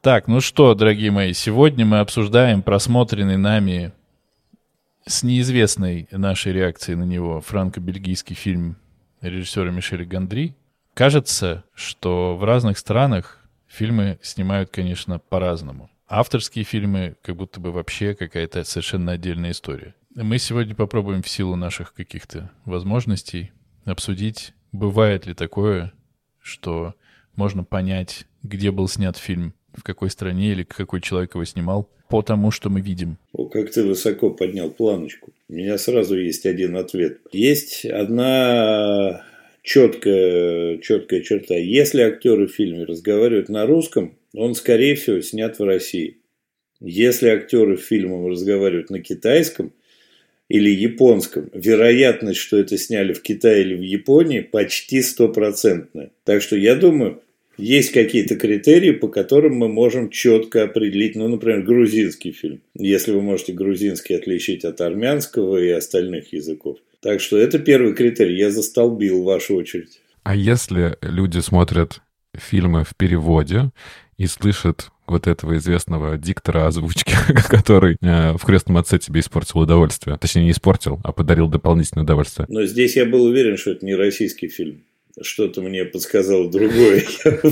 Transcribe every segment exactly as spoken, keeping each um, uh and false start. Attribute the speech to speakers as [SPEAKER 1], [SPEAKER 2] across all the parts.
[SPEAKER 1] Так, ну что, дорогие мои, сегодня мы обсуждаем просмотренный нами с неизвестной нашей реакцией на него франко-бельгийский фильм режиссера Мишеля Гондри. Кажется, что в разных странах фильмы снимают, конечно, по-разному. Авторские фильмы как будто бы вообще какая-то совершенно отдельная история. Мы сегодня попробуем в силу наших каких-то возможностей обсудить, бывает ли такое, что можно понять, где был снят фильм, в какой стране или какой человек его снимал, по тому, что мы видим.
[SPEAKER 2] О, как ты высоко поднял планочку. У меня сразу есть один ответ. Есть одна четкая, четкая черта. Если актеры в фильме разговаривают на русском, он, скорее всего, снят в России. Если актеры в фильме разговаривают на китайском или японском, вероятность, что это сняли в Китае или в Японии, почти стопроцентная. Так что я думаю, есть какие-то критерии, по которым мы можем четко определить, ну, например, грузинский фильм. Если вы можете грузинский отличить от армянского и остальных языков. Так что это первый критерий. Я застолбил вашу очередь.
[SPEAKER 3] А если люди смотрят фильмы в переводе и слышат вот этого известного диктора озвучки, который э, в «Крестном отце» тебе испортил удовольствие. Точнее, не испортил, а подарил дополнительное удовольствие.
[SPEAKER 2] Но здесь я был уверен, что это не российский фильм. Что-то мне подсказало другое.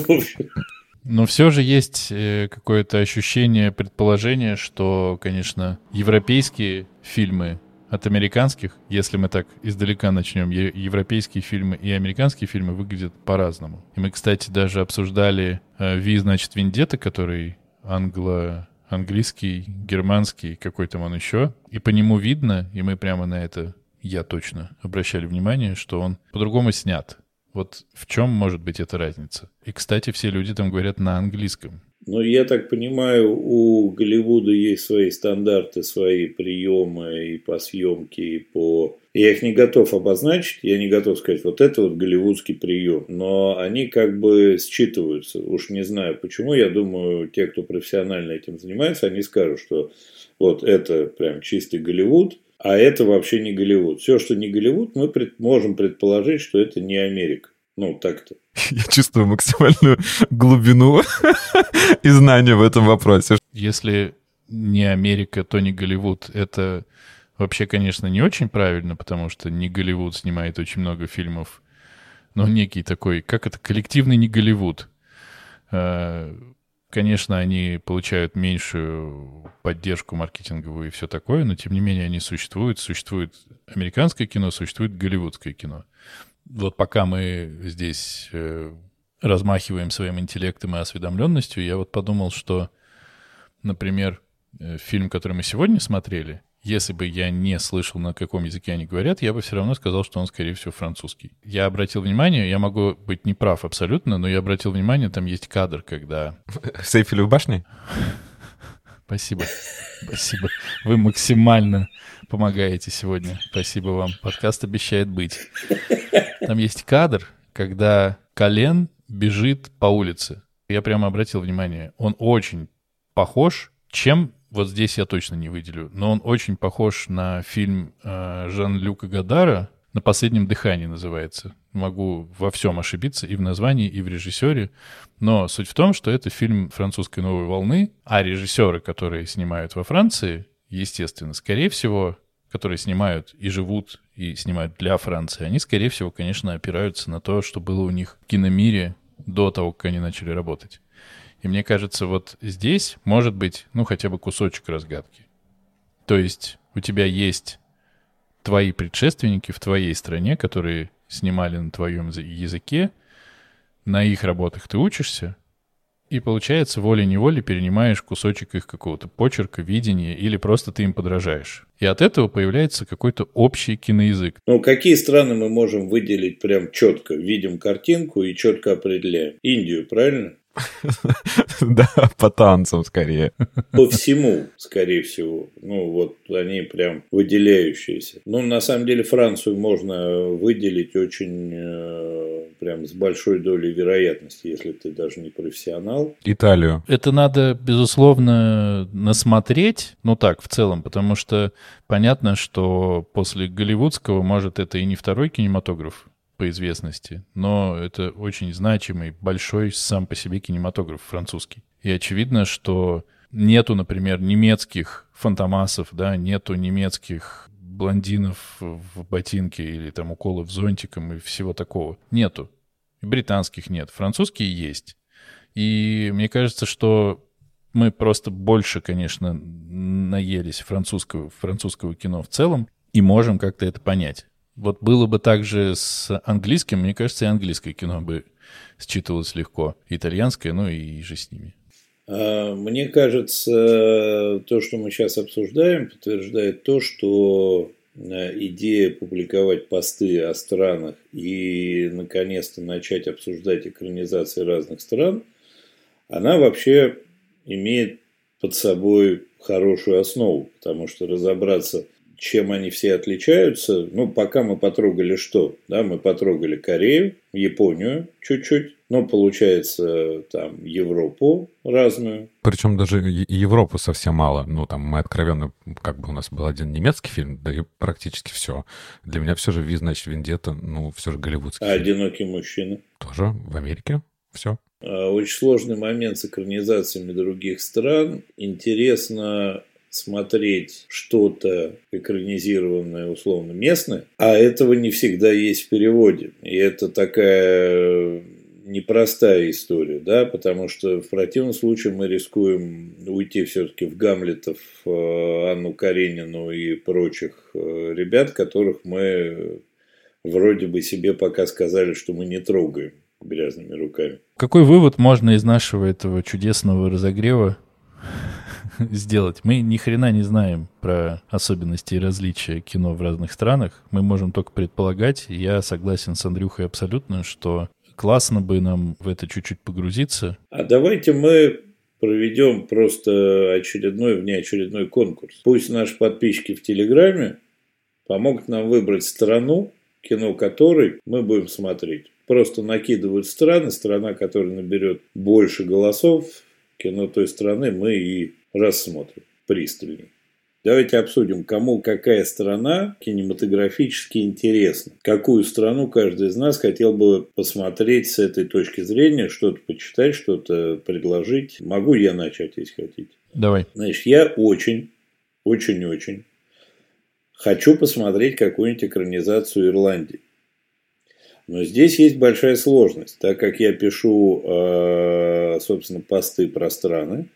[SPEAKER 1] Но все же есть какое-то ощущение, предположение, что, конечно, европейские фильмы от американских, если мы так издалека начнем, европейские фильмы и американские фильмы выглядят по-разному. И мы, кстати, даже обсуждали «Ви, значит, Вендетта», который англо... английский, германский, какой там он еще. И по нему видно, и мы прямо на это, я точно, обращали внимание, что он по-другому снят. Вот в чем может быть эта разница? И, кстати, все люди там говорят на английском.
[SPEAKER 2] Ну, я так понимаю, у Голливуда есть свои стандарты, свои приемы и по съемке, и по... Я их не готов обозначить, я не готов сказать, вот это вот голливудский прием. Но они как бы считываются. Уж не знаю почему, я думаю, те, кто профессионально этим занимается, они скажут, что вот это прям чистый Голливуд, а это вообще не Голливуд. Все, что не Голливуд, мы пред... можем предположить, что это не Америка. Ну, так-то.
[SPEAKER 3] Я чувствую максимальную глубину и знания в этом вопросе.
[SPEAKER 1] Если не Америка, то не Голливуд. Это вообще, конечно, не очень правильно, потому что не Голливуд снимает очень много фильмов, но некий такой, как это, коллективный не Голливуд. Конечно, они получают меньшую поддержку маркетинговую и все такое, но тем не менее они существуют. Существует американское кино, существует голливудское кино. Вот пока мы здесь э, размахиваем своим интеллектом и осведомленностью, я вот подумал, что, например, э, фильм, который мы сегодня смотрели, если бы я не слышал, на каком языке они говорят, я бы все равно сказал, что он, скорее всего, французский. Я обратил внимание, я могу быть неправ абсолютно, но я обратил внимание, там есть кадр, когда...
[SPEAKER 3] В Эйфелевой башне?
[SPEAKER 1] Спасибо. Спасибо. Вы максимально помогаете сегодня. Спасибо вам. Подкаст обещает быть. Там есть кадр, когда Колен бежит по улице. Я прямо обратил внимание. Он очень похож, чем... Вот здесь я точно не выделю, но он очень похож на фильм э, Жан-Люка Годара «На последнем дыхании» называется. Могу во всем ошибиться и в названии, и в режиссере. Но суть в том, что это фильм французской новой волны, а режиссеры, которые снимают во Франции, естественно, скорее всего, которые снимают и живут, и снимают для Франции, они, скорее всего, конечно, опираются на то, что было у них в киномире до того, как они начали работать. И мне кажется, вот здесь может быть, ну, хотя бы кусочек разгадки. То есть у тебя есть твои предшественники в твоей стране, которые снимали на твоем языке, на их работах ты учишься, и, получается, волей-неволей перенимаешь кусочек их какого-то почерка, видения, или просто ты им подражаешь. И от этого появляется какой-то общий киноязык.
[SPEAKER 2] Ну, какие страны мы можем выделить прям четко? Видим картинку и четко определяем. Индию, правильно?
[SPEAKER 3] Да, по танцам скорее.
[SPEAKER 2] По всему, скорее всего. Ну, вот они прям выделяющиеся. Ну, на самом деле, Францию можно выделить очень э, прям с большой долей вероятности, если ты даже не профессионал.
[SPEAKER 3] Италию.
[SPEAKER 1] Это надо, безусловно, насмотреть, ну так, в целом, потому что понятно, что после голливудского, может, это и не второй кинематограф, по известности, но это очень значимый, большой сам по себе кинематограф французский. И очевидно, что нету, например, немецких фантомасов, да, нету немецких блондинов в ботинке или там уколов зонтиком и всего такого. Нету. И британских нет. Французские есть. И мне кажется, что мы просто больше, конечно, наелись французского, французского кино в целом и можем как-то это понять. Вот было бы так же с английским, мне кажется, и английское кино бы считывалось легко. Итальянское, ну и же с ними.
[SPEAKER 2] Мне кажется, то, что мы сейчас обсуждаем, подтверждает то, что идея публиковать посты о странах и, наконец-то, начать обсуждать экранизации разных стран, она вообще имеет под собой хорошую основу, потому что разобраться, чем они все отличаются, ну, пока мы потрогали что? Да, мы потрогали Корею, Японию чуть-чуть, но получается там Европу разную.
[SPEAKER 3] Причем даже Европу совсем мало. Ну, там мы откровенно, как бы у нас был один немецкий фильм, да и практически все. Для меня все же «Ви, значит, Вендетта», ну, все же голливудский
[SPEAKER 2] а
[SPEAKER 3] фильм.
[SPEAKER 2] «Одинокий мужчина»?
[SPEAKER 3] Тоже в Америке. Все.
[SPEAKER 2] Очень сложный момент с экранизациями других стран. Интересно смотреть что-то экранизированное, условно, местное, а этого не всегда есть в переводе. И это такая непростая история, да, потому что в противном случае мы рискуем уйти все-таки в Гамлетов, Анну Каренину и прочих ребят, которых мы вроде бы себе пока сказали, что мы не трогаем грязными руками.
[SPEAKER 1] Какой вывод можно из нашего этого чудесного разогрева сделать? Мы ни хрена не знаем про особенности и различия кино в разных странах. Мы можем только предполагать. Я согласен с Андрюхой абсолютно, что классно бы нам в это чуть-чуть погрузиться.
[SPEAKER 2] А давайте мы проведем просто очередной внеочередной конкурс. Пусть наши подписчики в Телеграме помогут нам выбрать страну, кино которой мы будем смотреть. Просто накидывают страны, страна, которая наберет больше голосов, кино той страны мы и рассмотрим пристальней. Давайте обсудим, кому какая страна кинематографически интересна. Какую страну каждый из нас хотел бы посмотреть с этой точки зрения, что-то почитать, что-то предложить. Могу я начать, если хотите?
[SPEAKER 1] Давай.
[SPEAKER 2] Значит, я очень, очень-очень хочу посмотреть какую-нибудь экранизацию Ирландии. Но здесь есть большая сложность, так как я пишу, собственно, посты про страны.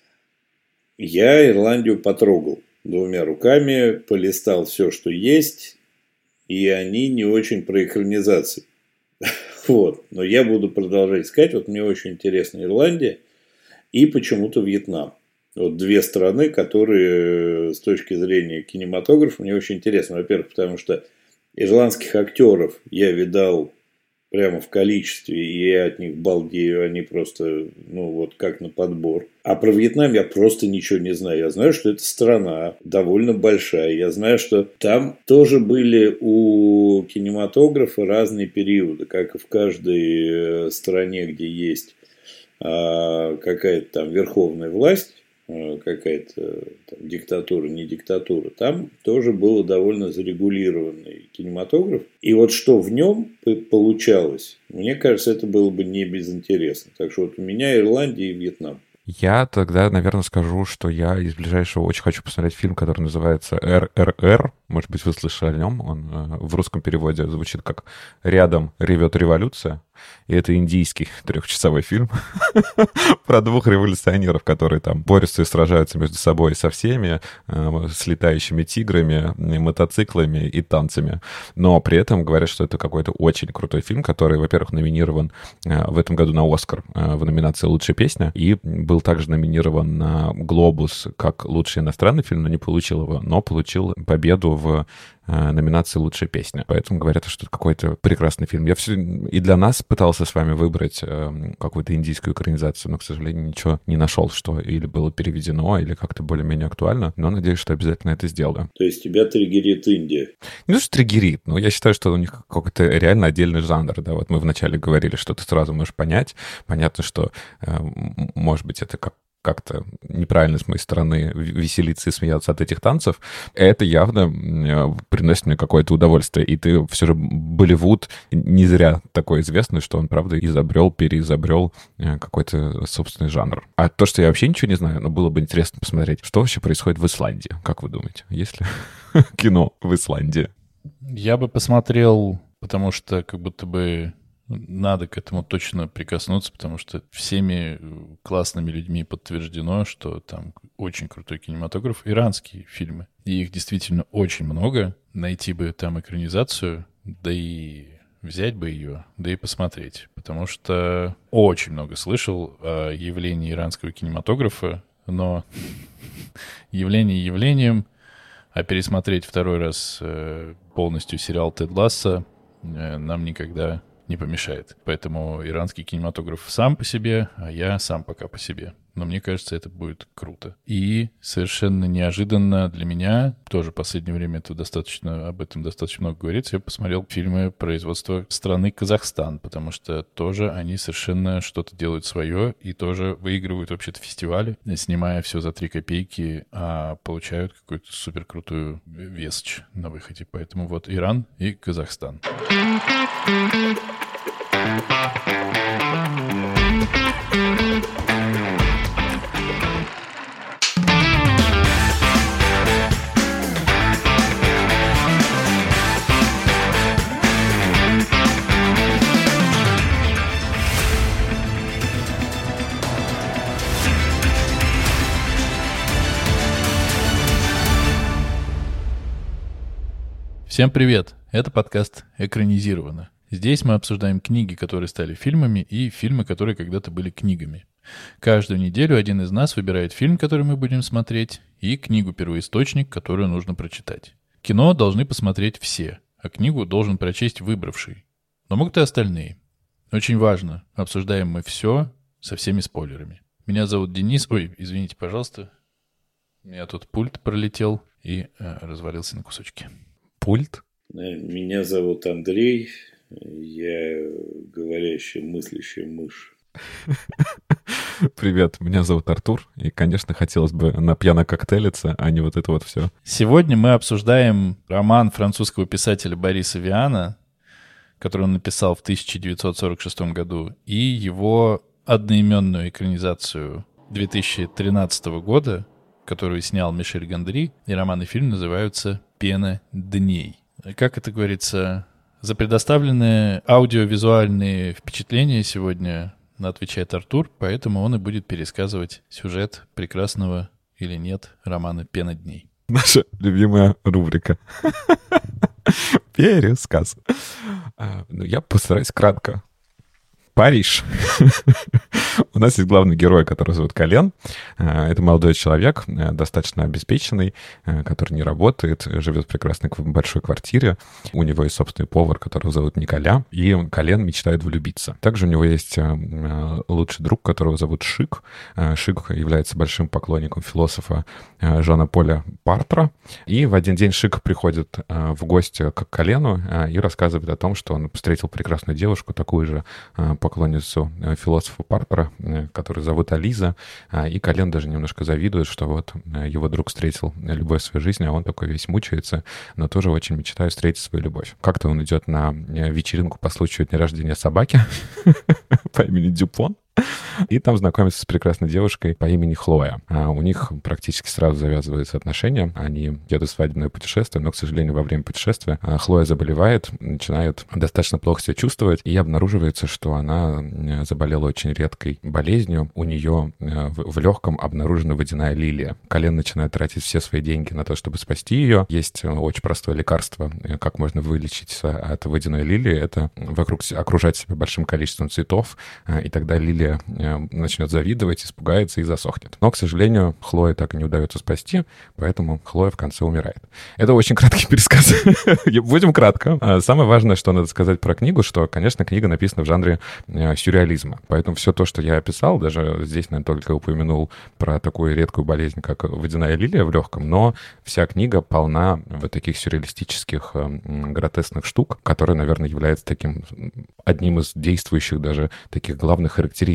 [SPEAKER 2] Я Ирландию потрогал двумя руками, полистал все, что есть, и они не очень про экранизации. Вот. Но я буду продолжать искать. Вот мне очень интересна Ирландия и почему-то Вьетнам. Вот две страны, которые с точки зрения кинематографа мне очень интересны. Во-первых, потому что ирландских актеров я видал прямо в количестве, и я от них балдею, они просто, ну, вот как на подбор. А про Вьетнам я просто ничего не знаю. Я знаю, что это страна довольно большая. Я знаю, что там тоже были у кинематографа разные периоды, как и в каждой стране, где есть а, какая-то там верховная власть, какая-то там диктатура, не диктатура, там тоже было довольно зарегулированный кинематограф. И вот что в нем получалось, мне кажется, это было бы не безинтересно. Так что вот у меня Ирландия и Вьетнам.
[SPEAKER 3] Я тогда, наверное, скажу, что я из ближайшего очень хочу посмотреть фильм, который называется «эр эр эр». Может быть, вы слышали о нем. Он в русском переводе звучит как «Рядом ревет революция». И это индийский трехчасовой фильм про двух революционеров, которые там борются и сражаются между собой со всеми, с летающими тиграми, мотоциклами и танцами. Но при этом говорят, что это какой-то очень крутой фильм, который, во-первых, номинирован в этом году на «Оскар» в номинации «Лучшая песня», и был также номинирован на «Глобус» как лучший иностранный фильм, но не получил его, но получил победу в номинации «Лучшая песня». Поэтому говорят, что это какой-то прекрасный фильм. Я все и для нас пытался с вами выбрать э, какую-то индийскую экранизацию, но, к сожалению, ничего не нашел, что или было переведено, или как-то более-менее актуально. Но надеюсь, что обязательно это сделаю.
[SPEAKER 2] То есть тебя триггерит Индия?
[SPEAKER 3] Не то, что триггерит, но я считаю, что у них какой-то реально отдельный жанр. Да? Вот мы вначале говорили, что ты сразу можешь понять. Понятно, что, э, может быть, это как как-то неправильно с моей стороны веселиться и смеяться от этих танцев, это явно приносит мне какое-то удовольствие. И ты все же Болливуд не зря такой известный, что он, правда, изобрел, переизобрел какой-то собственный жанр. А то, что я вообще ничего не знаю, но было бы интересно посмотреть, что вообще происходит в Исландии. Как вы думаете, есть ли кино в Исландии?
[SPEAKER 1] Я бы посмотрел, потому что как будто бы надо к этому точно прикоснуться, потому что всеми классными людьми подтверждено, что там очень крутой кинематограф, иранские фильмы. И их действительно очень много. Найти бы там экранизацию, да и взять бы ее, да и посмотреть. Потому что очень много слышал о явлении иранского кинематографа, но явление явлением, а пересмотреть второй раз полностью сериал «Тед Лассо» нам никогда не помешает. Поэтому иранский кинематограф сам по себе, а я сам пока по себе. Но мне кажется, это будет круто. И совершенно неожиданно для меня, тоже в последнее время это достаточно, об этом достаточно много говорится, я посмотрел фильмы производства страны Казахстан, потому что тоже они совершенно что-то делают свое и тоже выигрывают вообще-то фестивали, снимая все за три копейки, а получают какую-то суперкрутую весч на выходе. Поэтому вот Иран и Казахстан. Всем привет! Это подкаст «Экранизировано». Здесь мы обсуждаем книги, которые стали фильмами, и фильмы, которые когда-то были книгами. Каждую неделю один из нас выбирает фильм, который мы будем смотреть, и книгу-первоисточник, которую нужно прочитать. Кино должны посмотреть все, а книгу должен прочесть выбравший. Но могут и остальные. Очень важно, обсуждаем мы все со всеми спойлерами. Меня зовут Денис. Ой, извините, пожалуйста. У меня тут пульт пролетел и э, развалился на кусочки.
[SPEAKER 3] Пульт?
[SPEAKER 2] Меня зовут Андрей. Я говорящая, мыслящая мышь.
[SPEAKER 3] Привет, меня зовут Артур. И, конечно, хотелось бы на пьяно коктейлиться, а не вот это вот все.
[SPEAKER 1] Сегодня мы обсуждаем роман французского писателя Бориса Виана, который он написал в тысяча девятьсот сорок шестом году, и его одноименную экранизацию две тысячи тринадцатого года, которую снял Мишель Гондри, и роман и фильм называются «Пена дней». Как это говорится, за предоставленные аудиовизуальные впечатления сегодня отвечает Артур, поэтому он и будет пересказывать сюжет прекрасного или нет романа «Пена дней».
[SPEAKER 3] Наша любимая рубрика. Пересказ. Ну, я постараюсь кратко. Париж. У нас есть главный герой, который зовут Колен. Это молодой человек, достаточно обеспеченный, который не работает, живет в прекрасной большой квартире. У него есть собственный повар, которого зовут Николя, и Колен мечтает влюбиться. Также у него есть лучший друг, которого зовут Шик. Шик является большим поклонником философа Жана Поля Партра. И в один день Шик приходит в гости к Колену и рассказывает о том, что он встретил прекрасную девушку, такую же поклонницу философа Партера, который зовут Ализа, и Колен даже немножко завидует, что вот его друг встретил любовь в своей жизни, а он такой весь мучается, но тоже очень мечтает встретить свою любовь. Как-то он идет на вечеринку по случаю дня рождения собаки по имени Дюпон, и там знакомится с прекрасной девушкой по имени Хлоя. А у них практически сразу завязываются отношения. Они едут в свадебное путешествие, но, к сожалению, во время путешествия Хлоя заболевает, начинает достаточно плохо себя чувствовать, и обнаруживается, что она заболела очень редкой болезнью. У нее в легком обнаружена водяная лилия. Колен начинает тратить все свои деньги на то, чтобы спасти ее. Есть очень простое лекарство, как можно вылечиться от водяной лилии. Это вокруг окружать себя большим количеством цветов, и тогда лилия начнет завидовать, испугается и засохнет. Но, к сожалению, Хлое так и не удается спасти, поэтому Хлоя в конце умирает. Это очень краткий пересказ. Будем кратко. Самое важное, что надо сказать про книгу, что, конечно, книга написана в жанре сюрреализма. Поэтому все то, что я описал, даже здесь, наверное, только упомянул про такую редкую болезнь, как водяная лилия в легком, но вся книга полна вот таких сюрреалистических, гротескных штук, которые, наверное, являются таким одним из действующих даже таких главных характеристик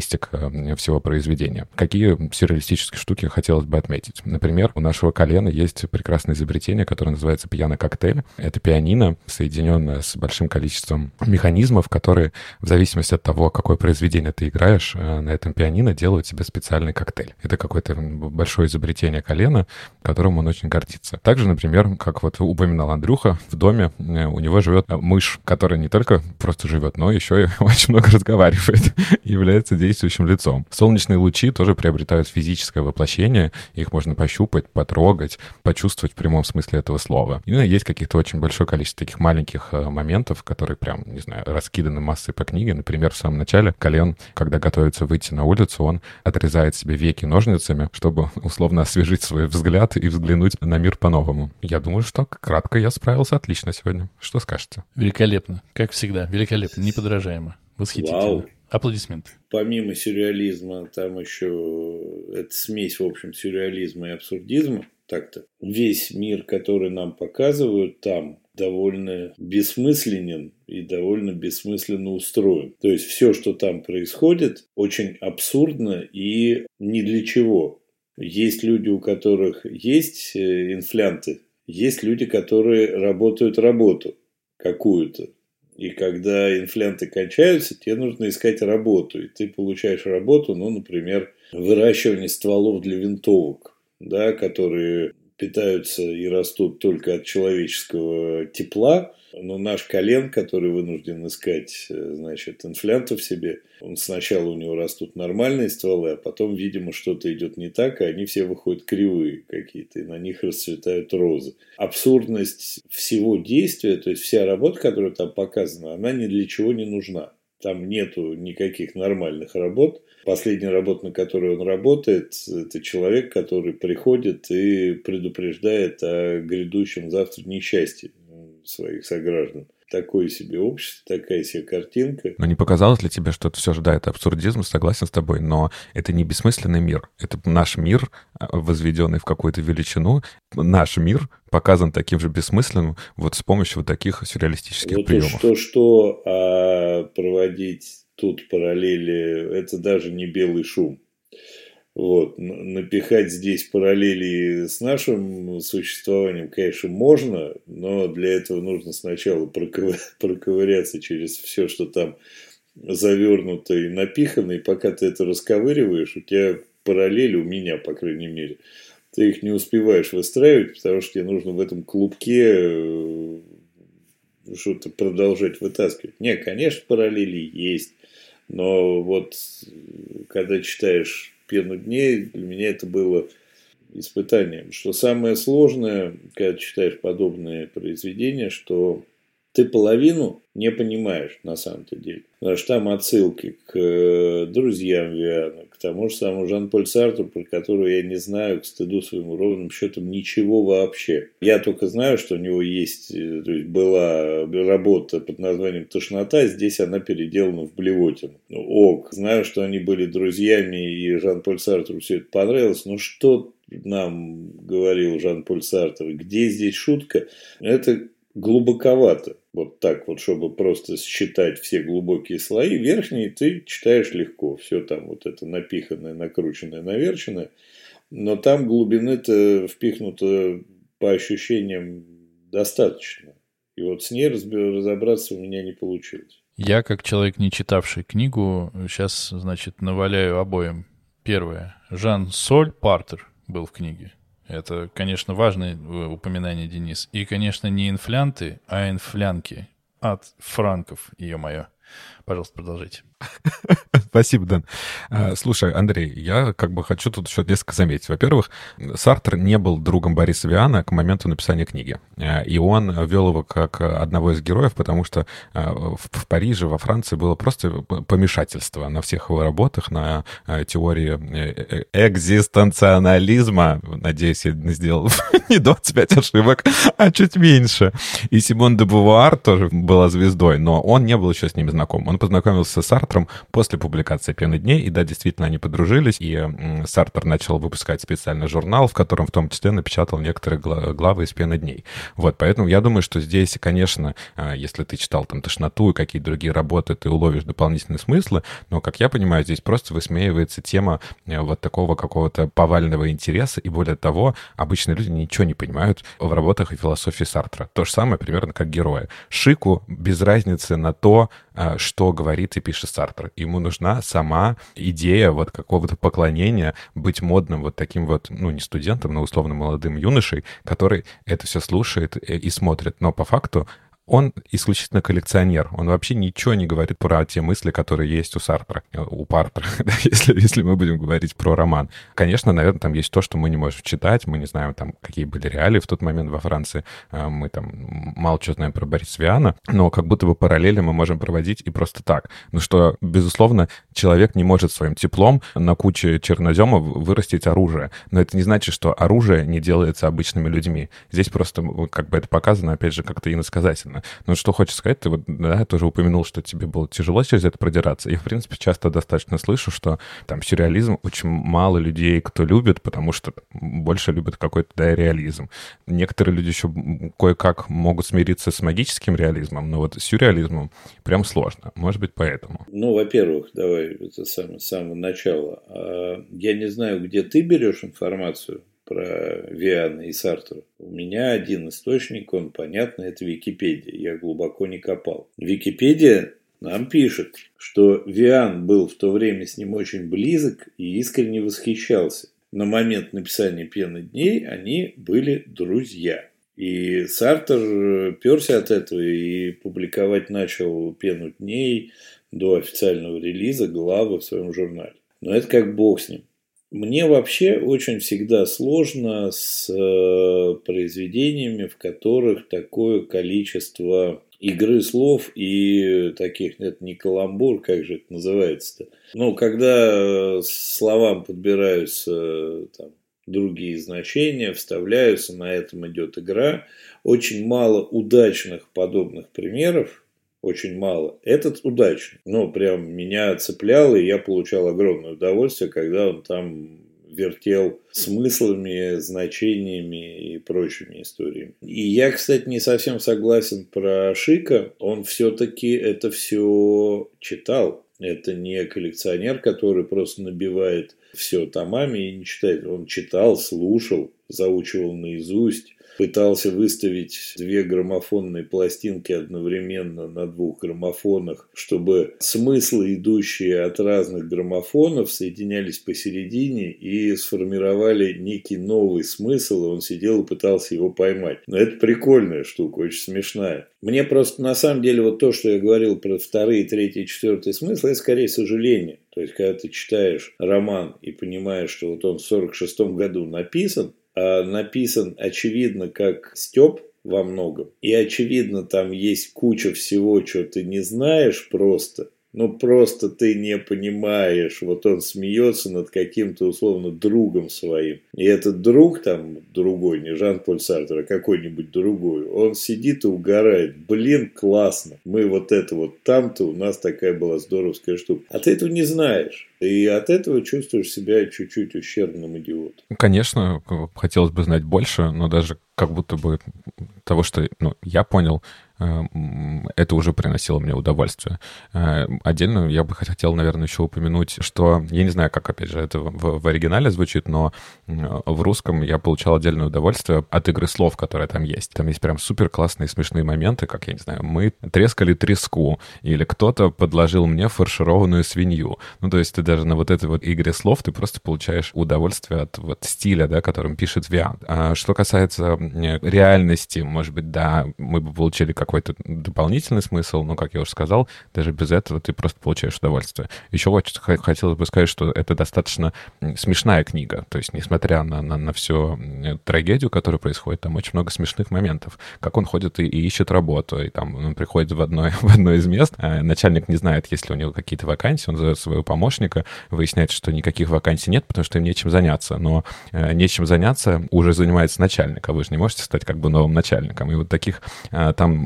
[SPEAKER 3] стилистик всего произведения. Какие сюрреалистические штуки хотелось бы отметить? Например, у нашего колена есть прекрасное изобретение, которое называется пиано-коктейль. Это пианино, соединенное с большим количеством механизмов, которые в зависимости от того, какое произведение ты играешь, на этом пианино делают тебе специальный коктейль. Это какое-то большое изобретение колена, которым он очень гордится. Также, например, как вот упоминал Андрюха, в доме у него живет мышь, которая не только просто живет, но еще и очень много разговаривает и является действующим лицом. Солнечные лучи тоже приобретают физическое воплощение, их можно пощупать, потрогать, почувствовать в прямом смысле этого слова. И есть каких-то очень большое количество таких маленьких моментов, которые прям, не знаю, раскиданы массой по книге. Например, в самом начале Колен, когда готовится выйти на улицу, он отрезает себе веки ножницами, чтобы условно освежить свой взгляд и взглянуть на мир по-новому. Я думаю, что кратко я справился отлично сегодня. Что скажете?
[SPEAKER 1] Великолепно. Как всегда. Великолепно. Неподражаемо. Восхитительно.
[SPEAKER 2] Вау.
[SPEAKER 1] Аплодисменты.
[SPEAKER 2] Помимо сюрреализма, там еще это смесь, в общем, сюрреализма и абсурдизма. Так-то весь мир, который нам показывают, там довольно бессмысленен и довольно бессмысленно устроен. То есть все, что там происходит, очень абсурдно и ни для чего. Есть люди, у которых есть инфлянты, есть люди, которые работают работу какую-то. И когда инфлянты кончаются, тебе нужно искать работу. И ты получаешь работу, ну, например, выращивание стволов для винтовок, да, которые питаются и растут только от человеческого тепла. Но наш Колен, который вынужден искать, значит, инфлянтов себе, он сначала у него растут нормальные стволы, а потом, видимо, что-то идет не так, и они все выходят кривые какие-то, и на них расцветают розы. Абсурдность всего действия, то есть вся работа, которая там показана, она ни для чего не нужна. Там нету никаких нормальных работ. Последняя работа, на которой он работает, это человек, который приходит и предупреждает о грядущем завтра несчастье своих сограждан. Такое себе общество, такая себе картинка.
[SPEAKER 3] Но не показалось ли тебе, что это все же, да, это абсурдизм, согласен с тобой, но это не бессмысленный мир. Это наш мир, возведенный в какую-то величину. Наш мир показан таким же бессмысленным вот с помощью вот таких сюрреалистических
[SPEAKER 2] вот
[SPEAKER 3] приемов.
[SPEAKER 2] Что-что, а проводить тут параллели, это даже не белый шум. Вот. Напихать здесь параллели с нашим существованием, конечно, можно, но для этого нужно сначала проковыряться через все, что там завернуто и напихано, и пока ты это расковыриваешь, у тебя параллели, у меня, по крайней мере, ты их не успеваешь выстраивать, потому что тебе нужно в этом клубке что-то продолжать вытаскивать. Не, конечно, параллели есть, но вот когда читаешь «Пену дней», для меня это было испытанием. Что самое сложное, когда читаешь подобные произведения, что ты половину не понимаешь на самом-то деле. Потому что там отсылки к друзьям Виана, к тому же самому Жан-Поль Сартру, про которого я не знаю, к стыду своему ровным счетом, ничего вообще. Я только знаю, что у него есть, то есть была работа под названием «Тошнота», здесь она переделана в блевотину. Ок, знаю, что они были друзьями, и Жан-Поль Сартру все это понравилось, но что нам говорил Жан-Поль Сартр, где здесь шутка, это глубоковато. Вот так вот, чтобы просто считать все глубокие слои. Верхние ты читаешь легко. Все там вот это напиханное, накрученное, наверченное. Но там глубины-то впихнуто по ощущениям достаточно. И вот с ней разобраться у меня не получилось.
[SPEAKER 1] Я, как человек, не читавший книгу, сейчас, значит, наваляю обоим. Первое. Жан-Соль Партер был в книге. Это, конечно, важное упоминание, Денис. И, конечно, не инфлянты, а инфлянки от франков, ё-моё. Пожалуйста, продолжайте.
[SPEAKER 3] Спасибо, Дэн. Слушай, Андрей, я как бы хочу тут еще несколько заметить. Во-первых, Сартр не был другом Бориса Виана к моменту написания книги. И он вел его как одного из героев, потому что в Париже, во Франции было просто помешательство на всех его работах, на теории экзистенциализма. Надеюсь, я сделал не двадцать пять ошибок, а чуть меньше. И Симон де Бувуар тоже была звездой, но он не был еще с ними знаком. Он познакомился с Сартром Сартром после публикации «Пены дней». И да, действительно, они подружились, и Сартр начал выпускать специальный журнал, в котором в том числе напечатал некоторые главы из «Пены дней». Вот, поэтому я думаю, что здесь, конечно, если ты читал там «Тошноту» и какие-то другие работы, ты уловишь дополнительные смыслы, но, как я понимаю, здесь просто высмеивается тема вот такого какого-то повального интереса, и более того, обычные люди ничего не понимают в работах и философии Сартра. То же самое примерно как герои. Шику без разницы на то, что говорит и пишет Сартр. Ему нужна сама идея вот какого-то поклонения, быть модным вот таким вот, ну, не студентом, но условно молодым юношей, который это все слушает и смотрит. Но по факту он исключительно коллекционер. Он вообще ничего не говорит про те мысли, которые есть у Сартра, у Партра, если, если мы будем говорить про роман. Конечно, наверное, там есть то, что мы не можем читать. Мы не знаем, там, какие были реалии в тот момент во Франции. Мы там мало чего знаем про Бориса Виана, но как будто бы параллели мы можем проводить и просто так. Ну что, безусловно, человек не может своим теплом на куче чернозема вырастить оружие. Но это не значит, что оружие не делается обычными людьми. Здесь просто как бы это показано, опять же, как-то иносказательно. Ну, что хочешь сказать, ты вот, да, я тоже упомянул, что тебе было тяжело через это продираться. И, в принципе, часто достаточно слышу, что там сюрреализм очень мало людей, кто любит, потому что больше любят какой-то, да, реализм. Некоторые люди еще кое-как могут смириться с магическим реализмом, но вот с сюрреализмом прям сложно. Может быть, поэтому.
[SPEAKER 2] Ну, во-первых, давай это с самого начала. Я не знаю, где ты берешь информацию про Виана и Сартра. У меня один источник, он, понятно, это Википедия. Я глубоко не копал. Википедия нам пишет, что Виан был в то время с ним очень близок и искренне восхищался. На момент написания «Пены дней» они были друзья. И Сартр перся от этого и публиковать начал «Пену дней» до официального релиза, главы в своем журнале. Но это как бог с ним. Мне вообще очень всегда сложно с э, произведениями, в которых такое количество игры слов и таких, это не каламбур, как же это называется-то. Ну, когда словам подбираются там другие значения, вставляются, на этом идет игра. Очень мало удачных подобных примеров. Очень мало. Этот удачный. Ну, прям меня цеплял, и я получал огромное удовольствие, когда он там вертел смыслами, значениями и прочими историями. И я, кстати, не совсем согласен про Шика. Он все-таки это все читал. Это не коллекционер, который просто набивает все томами и не читает. Он читал, слушал, заучивал наизусть. Пытался выставить две граммофонные пластинки одновременно на двух граммофонах, чтобы смыслы, идущие от разных граммофонов, соединялись посередине и сформировали некий новый смысл, и он сидел и пытался его поймать. Но это прикольная штука, очень смешная. Мне просто на самом деле вот то, что я говорил про вторые, третьи, четвертые смыслы, это скорее сожаление. То есть, когда ты читаешь роман и понимаешь, что вот он в сорок шестом году написан, а написан, очевидно, как стёб во многом. И, очевидно, там есть куча всего, что ты не знаешь просто. Ну, просто ты не понимаешь. Вот он смеется над каким-то, условно, другом своим. И этот друг там, другой, не Жан-Поль Сартр, а какой-нибудь другой, он сидит и угорает. Блин, классно. Мы вот это вот там-то, у нас такая была здоровская штука. А ты этого не знаешь. И от этого чувствуешь себя чуть-чуть ущербным идиотом.
[SPEAKER 3] Конечно, хотелось бы знать больше, но даже как будто бы того, что ну, я понял, это уже приносило мне удовольствие. Отдельно я бы хотел, наверное, еще упомянуть, что, я не знаю, как, опять же, это в, в оригинале звучит, но в русском я получал отдельное удовольствие от игры слов, которая там есть. Там есть прям супер классные смешные моменты, как, я не знаю, мы трескали треску, или кто-то подложил мне фаршированную свинью. Ну, то есть ты даже на вот этой вот игре слов ты просто получаешь удовольствие от вот стиля, да, которым пишет Виан. А что касается реальности, может быть, да, мы бы получили какой-то дополнительный смысл, но, как я уже сказал, даже без этого ты просто получаешь удовольствие. Еще очень хотелось бы сказать, что это достаточно смешная книга. То есть, несмотря на, на, на всю трагедию, которая происходит, там очень много смешных моментов. Как он ходит и, и ищет работу, и там он приходит в одно, в одно из мест, а начальник не знает, есть ли у него какие-то вакансии, он зовет своего помощника, выясняет, что никаких вакансий нет, потому что им нечем заняться. Но э, нечем заняться уже занимается начальник, а вы же не можете стать как бы новым начальником. И вот таких э, там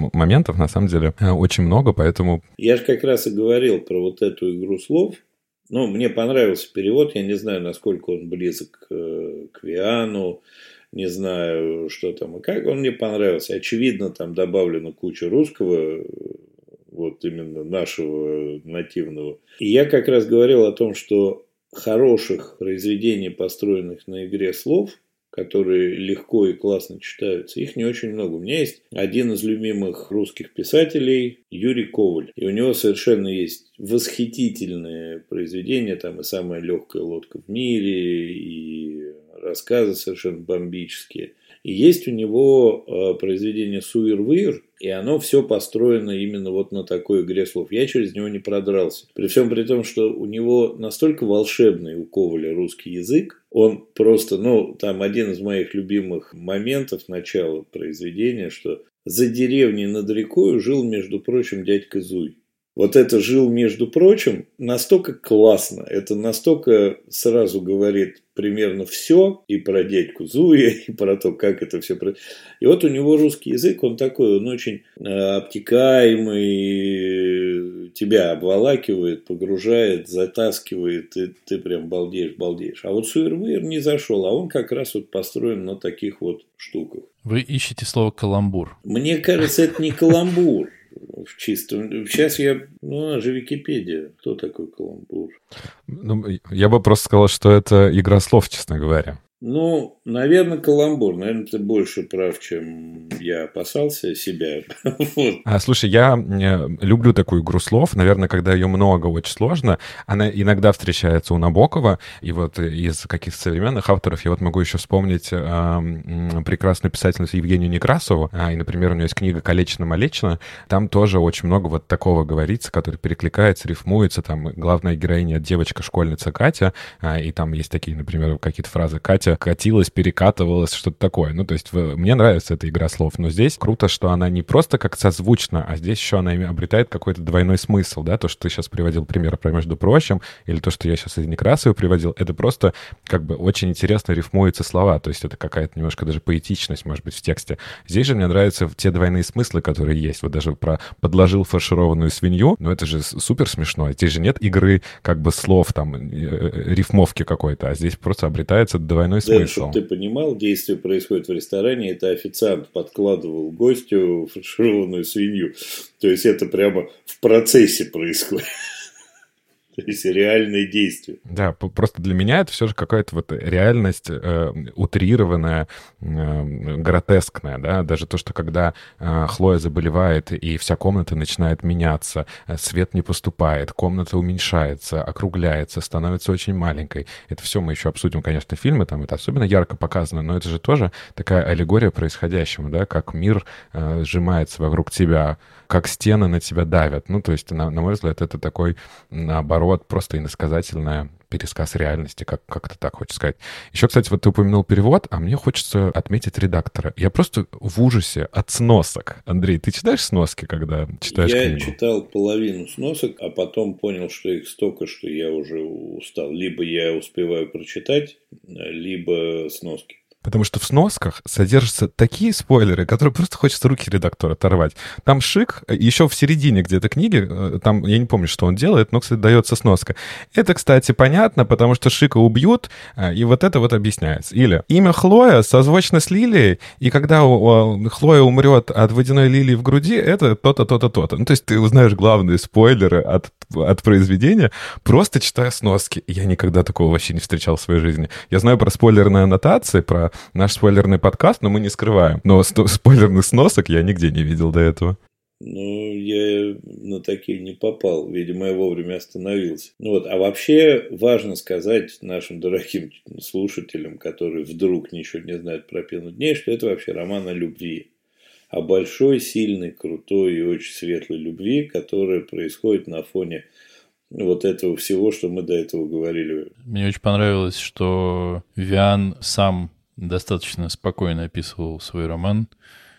[SPEAKER 3] моментов, на самом деле, очень много, поэтому...
[SPEAKER 2] Я же как раз и говорил про вот эту игру слов. Ну, мне понравился перевод, я не знаю, насколько он близок к Виану, не знаю, что там и как, он мне понравился. Очевидно, там добавлена куча русского, вот именно нашего нативного. И я как раз говорил о том, что хороших произведений, построенных на игре слов, которые легко и классно читаются, их не очень много. У меня есть один из любимых русских писателей, Юрий Коваль. И у него совершенно есть восхитительные произведения, там и «Самая легкая лодка в мире», и рассказы совершенно бомбические. И есть у него произведение «Суир-выир», и оно все построено именно вот на такой игре слов. Я через него не продрался. При всем при том, что у него настолько волшебный у Коваля русский язык, он просто, ну, там один из моих любимых моментов начала произведения, что за деревней над рекой жил, между прочим, дядька Зуй. Вот это «жил, между прочим» настолько классно, это настолько сразу говорит примерно все и про дядьку Зуя, и про то, как это все... И вот у него русский язык, он такой, он очень обтекаемый, тебя обволакивает, погружает, затаскивает, и ты прям балдеешь, балдеешь. А вот «Суир-выир» не зашел, а он как раз вот построен на таких вот штуках.
[SPEAKER 1] Вы ищете слово «каламбур».
[SPEAKER 2] Мне кажется, это не каламбур. В чистом. Сейчас я... Ну, она же Википедия. Кто такой каламбур?
[SPEAKER 3] Ну, я бы просто сказал, что это игра слов, честно говоря.
[SPEAKER 2] Ну, наверное, каламбур. Наверное, ты больше прав, чем я опасался себя. Вот.
[SPEAKER 3] А, слушай, я люблю такую игру слов. Наверное, когда ее много, очень сложно. Она иногда встречается у Набокова. И вот из каких-то современных авторов я вот могу еще вспомнить э, прекрасную писательницу Евгению Некрасову. А, и, например, у нее есть книга «Калечно-малечно». Там тоже очень много вот такого говорится, который перекликается, рифмуется. Там главная героиня — девочка-школьница Катя. А, и там есть такие, например, какие-то фразы: «Катя катилась, перекатывалась», что-то такое. Ну, то есть мне нравится эта игра слов, но здесь круто, что она не просто как созвучна, а здесь еще она обретает какой-то двойной смысл, да, то, что ты сейчас приводил пример про «между прочим», или то, что я сейчас из Некрасова приводил, это просто как бы очень интересно рифмуются слова, то есть это какая-то немножко даже поэтичность, может быть, в тексте. Здесь же мне нравятся те двойные смыслы, которые есть. Вот даже про «подложил фаршированную свинью», ну, это же супер смешно. Здесь же нет игры как бы слов, там, рифмовки какой-то, а здесь просто обретается двойной смысл.
[SPEAKER 2] Да, чтобы ты понимал, действие происходит в ресторане, это официант подкладывал гостю фаршированную свинью. То есть это прямо в процессе происходит. То есть реальные действия.
[SPEAKER 3] Да, просто для меня это все же какая-то вот реальность э, утрированная, э, гротескная, да, даже то, что когда э, Хлоя заболевает и вся комната начинает меняться, свет не поступает, комната уменьшается, округляется, становится очень маленькой. Это все мы еще обсудим, конечно, фильмы, там это особенно ярко показано, но это же тоже такая аллегория происходящему, да, как мир э, сжимается вокруг тебя, как стены на тебя давят. Ну, то есть, на, на мой взгляд, это такой, наоборот, просто иносказательная пересказ реальности, как, как-то так хочется сказать. Еще, кстати, вот ты упомянул перевод, а мне хочется отметить редактора. Я просто в ужасе от сносок. Андрей, ты читаешь сноски, когда читаешь
[SPEAKER 2] я
[SPEAKER 3] книгу?
[SPEAKER 2] Я читал половину сносок, а потом понял, что их столько, что я уже устал. Либо я успеваю прочитать, либо сноски.
[SPEAKER 3] Потому что в сносках содержатся такие спойлеры, которые просто хочется руки редактора оторвать. Там Шик, еще в середине где-то книги, там, я не помню, что он делает, но, кстати, дается сноска. Это, кстати, понятно, потому что Шика убьют, и вот это вот объясняется. Или имя Хлоя созвучно с Лилией, и когда Хлоя умрет от водяной лилии в груди, это то-то, то-то, то-то. Ну, то есть ты узнаешь главные спойлеры от, от произведения, просто читая сноски. Я никогда такого вообще не встречал в своей жизни. Я знаю про спойлерные аннотации, про наш спойлерный подкаст, но мы не скрываем. Но спойлерных сносок я нигде не видел до этого.
[SPEAKER 2] Ну, я на такие не попал. Видимо, я вовремя остановился. Ну вот, а вообще важно сказать нашим дорогим слушателям, которые вдруг ничего не знают про «Пену дней», что это вообще роман о любви. О большой, сильной, крутой и очень светлой любви, которая происходит на фоне вот этого всего, что мы до этого говорили.
[SPEAKER 1] Мне очень понравилось, что Виан сам достаточно спокойно описывал свой роман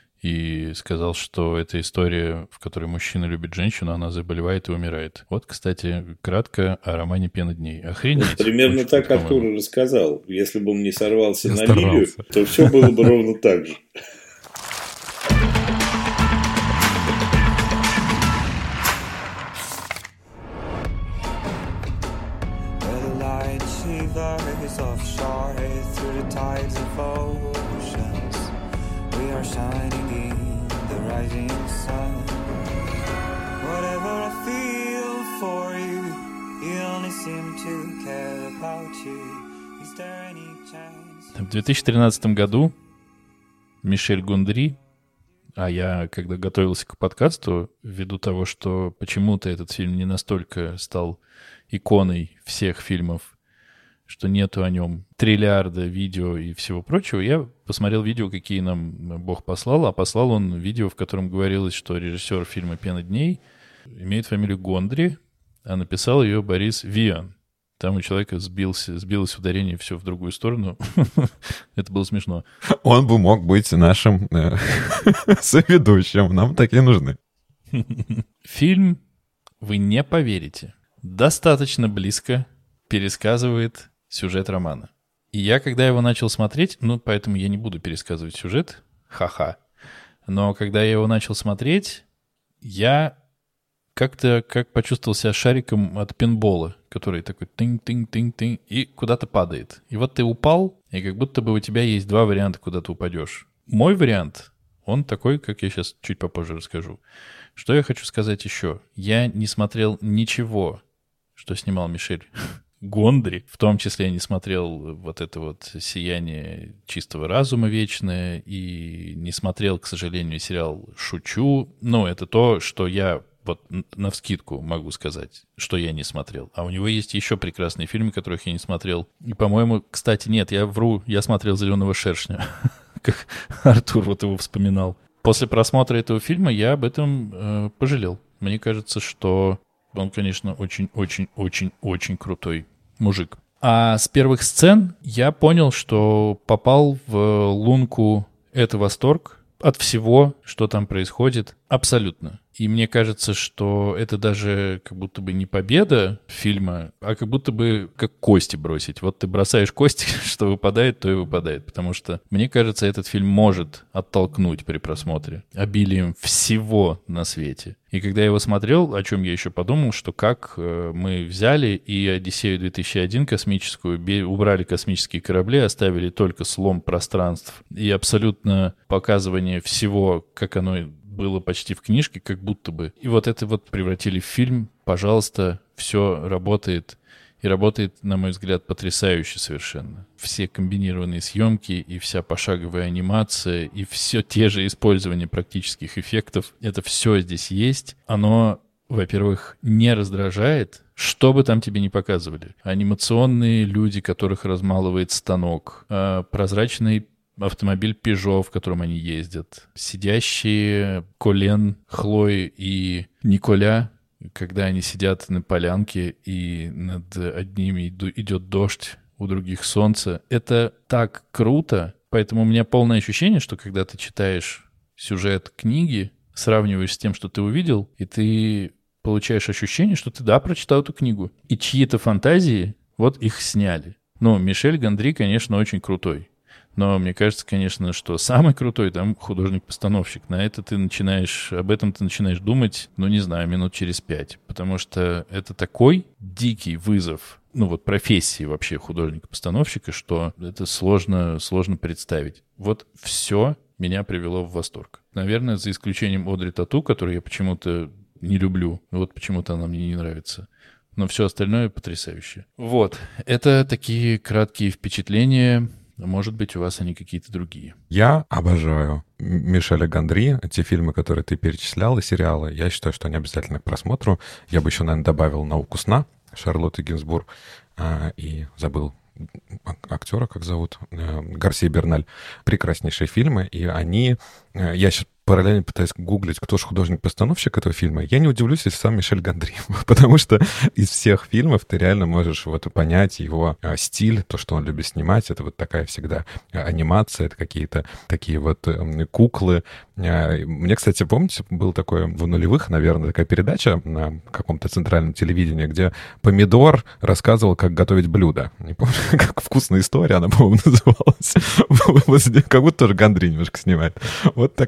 [SPEAKER 1] и сказал, что это история, в которой мужчина любит женщину, она заболевает и умирает. Вот, кстати, кратко о романе «Пена дней». Охренеть.
[SPEAKER 2] Примерно так, как Артур рассказал. Если бы он не сорвался на Лилию, то все было бы ровно так же.
[SPEAKER 4] the tides of oceans. We are shining in the rising sun. Whatever I feel for you, you only seem to care about you. Is there any chance?
[SPEAKER 1] В две тысячи тринадцатом году Мишель Гондри, а я, когда готовился к подкасту, ввиду того, что почему-то этот фильм не настолько стал иконой всех фильмов, что нету о нем триллиарда видео и всего прочего, я посмотрел видео, какие нам Бог послал, а послал он видео, в котором говорилось, что режиссер фильма «Пена дней» имеет фамилию Гондри, а написал ее Борис Виан. Там у человека сбился, сбилось ударение все в другую сторону. Это было смешно.
[SPEAKER 3] Он бы мог быть нашим э, соведущим. Нам такие нужны.
[SPEAKER 1] Фильм, вы не поверите, достаточно близко пересказывает сюжет романа. И я, когда его начал смотреть, ну, поэтому я не буду пересказывать сюжет, ха-ха, но когда я его начал смотреть, я как-то как почувствовал себя шариком от пинбола, который такой тынь-тынь-тынь-тынь и куда-то падает. И вот ты упал, и как будто бы у тебя есть два варианта, куда ты упадешь. Мой вариант, он такой, как я сейчас чуть попозже расскажу. Что я хочу сказать еще? Я не смотрел ничего, что снимал Мишель Гондри. В том числе я не смотрел вот это вот «Сияние чистого разума» вечное, и не смотрел, к сожалению, сериал «Шучу». Ну, это то, что я вот навскидку могу сказать, что я не смотрел. А у него есть еще прекрасные фильмы, которых я не смотрел. И, по-моему, кстати, нет, я вру, я смотрел «Зеленого шершня», как Артур вот его вспоминал. После просмотра этого фильма я об этом э, пожалел. Мне кажется, что он, конечно, очень-очень-очень-очень крутой мужик. А с первых сцен я понял, что попал в лунку «Это восторг» от всего, что там происходит, абсолютно. И мне кажется, что это даже как будто бы не победа фильма, а как будто бы как кости бросить. Вот ты бросаешь кости, что выпадает, то и выпадает. Потому что, мне кажется, этот фильм может оттолкнуть при просмотре обилием всего на свете. И когда я его смотрел, о чем я еще подумал, что как мы взяли и «Одиссею две тысячи один» космическую, убрали космические корабли, оставили только слом пространств и абсолютно показывание всего, как оно было почти в книжке, как будто бы. И вот это вот превратили в фильм. Пожалуйста, все работает. И работает, на мой взгляд, потрясающе совершенно. Все комбинированные съемки и вся пошаговая анимация, и все те же использования практических эффектов. Это все здесь есть. Оно, во-первых, не раздражает, что бы там тебе ни показывали. Анимационные люди, которых размалывает станок, прозрачный автомобиль Peugeot, в котором они ездят, сидящие Колен, Хлои и Николя, когда они сидят на полянке, и над одними идет дождь, у других солнце. Это так круто, поэтому у меня полное ощущение, что когда ты читаешь сюжет книги, сравниваешь с тем, что ты увидел, и ты получаешь ощущение, что ты, да, прочитал эту книгу. И чьи-то фантазии, вот их сняли. Ну, Мишель Гондри, конечно, очень крутой. Но мне кажется, конечно, что самый крутой там художник-постановщик. На это ты начинаешь, об этом ты начинаешь думать, ну, не знаю, минут через пять. Потому что это такой дикий вызов, ну, вот профессии вообще художника-постановщика, что это сложно, сложно представить. Вот все меня привело в восторг. Наверное, за исключением Одри Тату, которую я почему-то не люблю. Вот почему-то она мне не нравится. Но все остальное потрясающе. Вот. Это такие краткие впечатления. Может быть, у вас они какие-то другие.
[SPEAKER 3] Я обожаю Мишеля Гондри. Те фильмы, которые ты перечислял, и сериалы, я считаю, что они обязательны к просмотру. Я бы еще, наверное, добавил «Науку сна» Шарлотты Гинзбург. И забыл актера, как зовут, Гарсия Берналь. Прекраснейшие фильмы. И они... Я сейчас параллельно пытаюсь гуглить, кто же художник-постановщик этого фильма. Я не удивлюсь, если сам Мишель Гондри, потому что из всех фильмов ты реально можешь вот понять его а, стиль, то, что он любит снимать. Это вот такая всегда анимация, это какие-то такие вот э, куклы. А, мне, кстати, помните, был такой в нулевых, наверное, такая передача на каком-то центральном телевидении, где Помидор рассказывал, как готовить блюдо. Не помню, как «Вкусная история» она, по-моему, называлась. Как будто тоже Гондри немножко снимает. Вот такая вот у него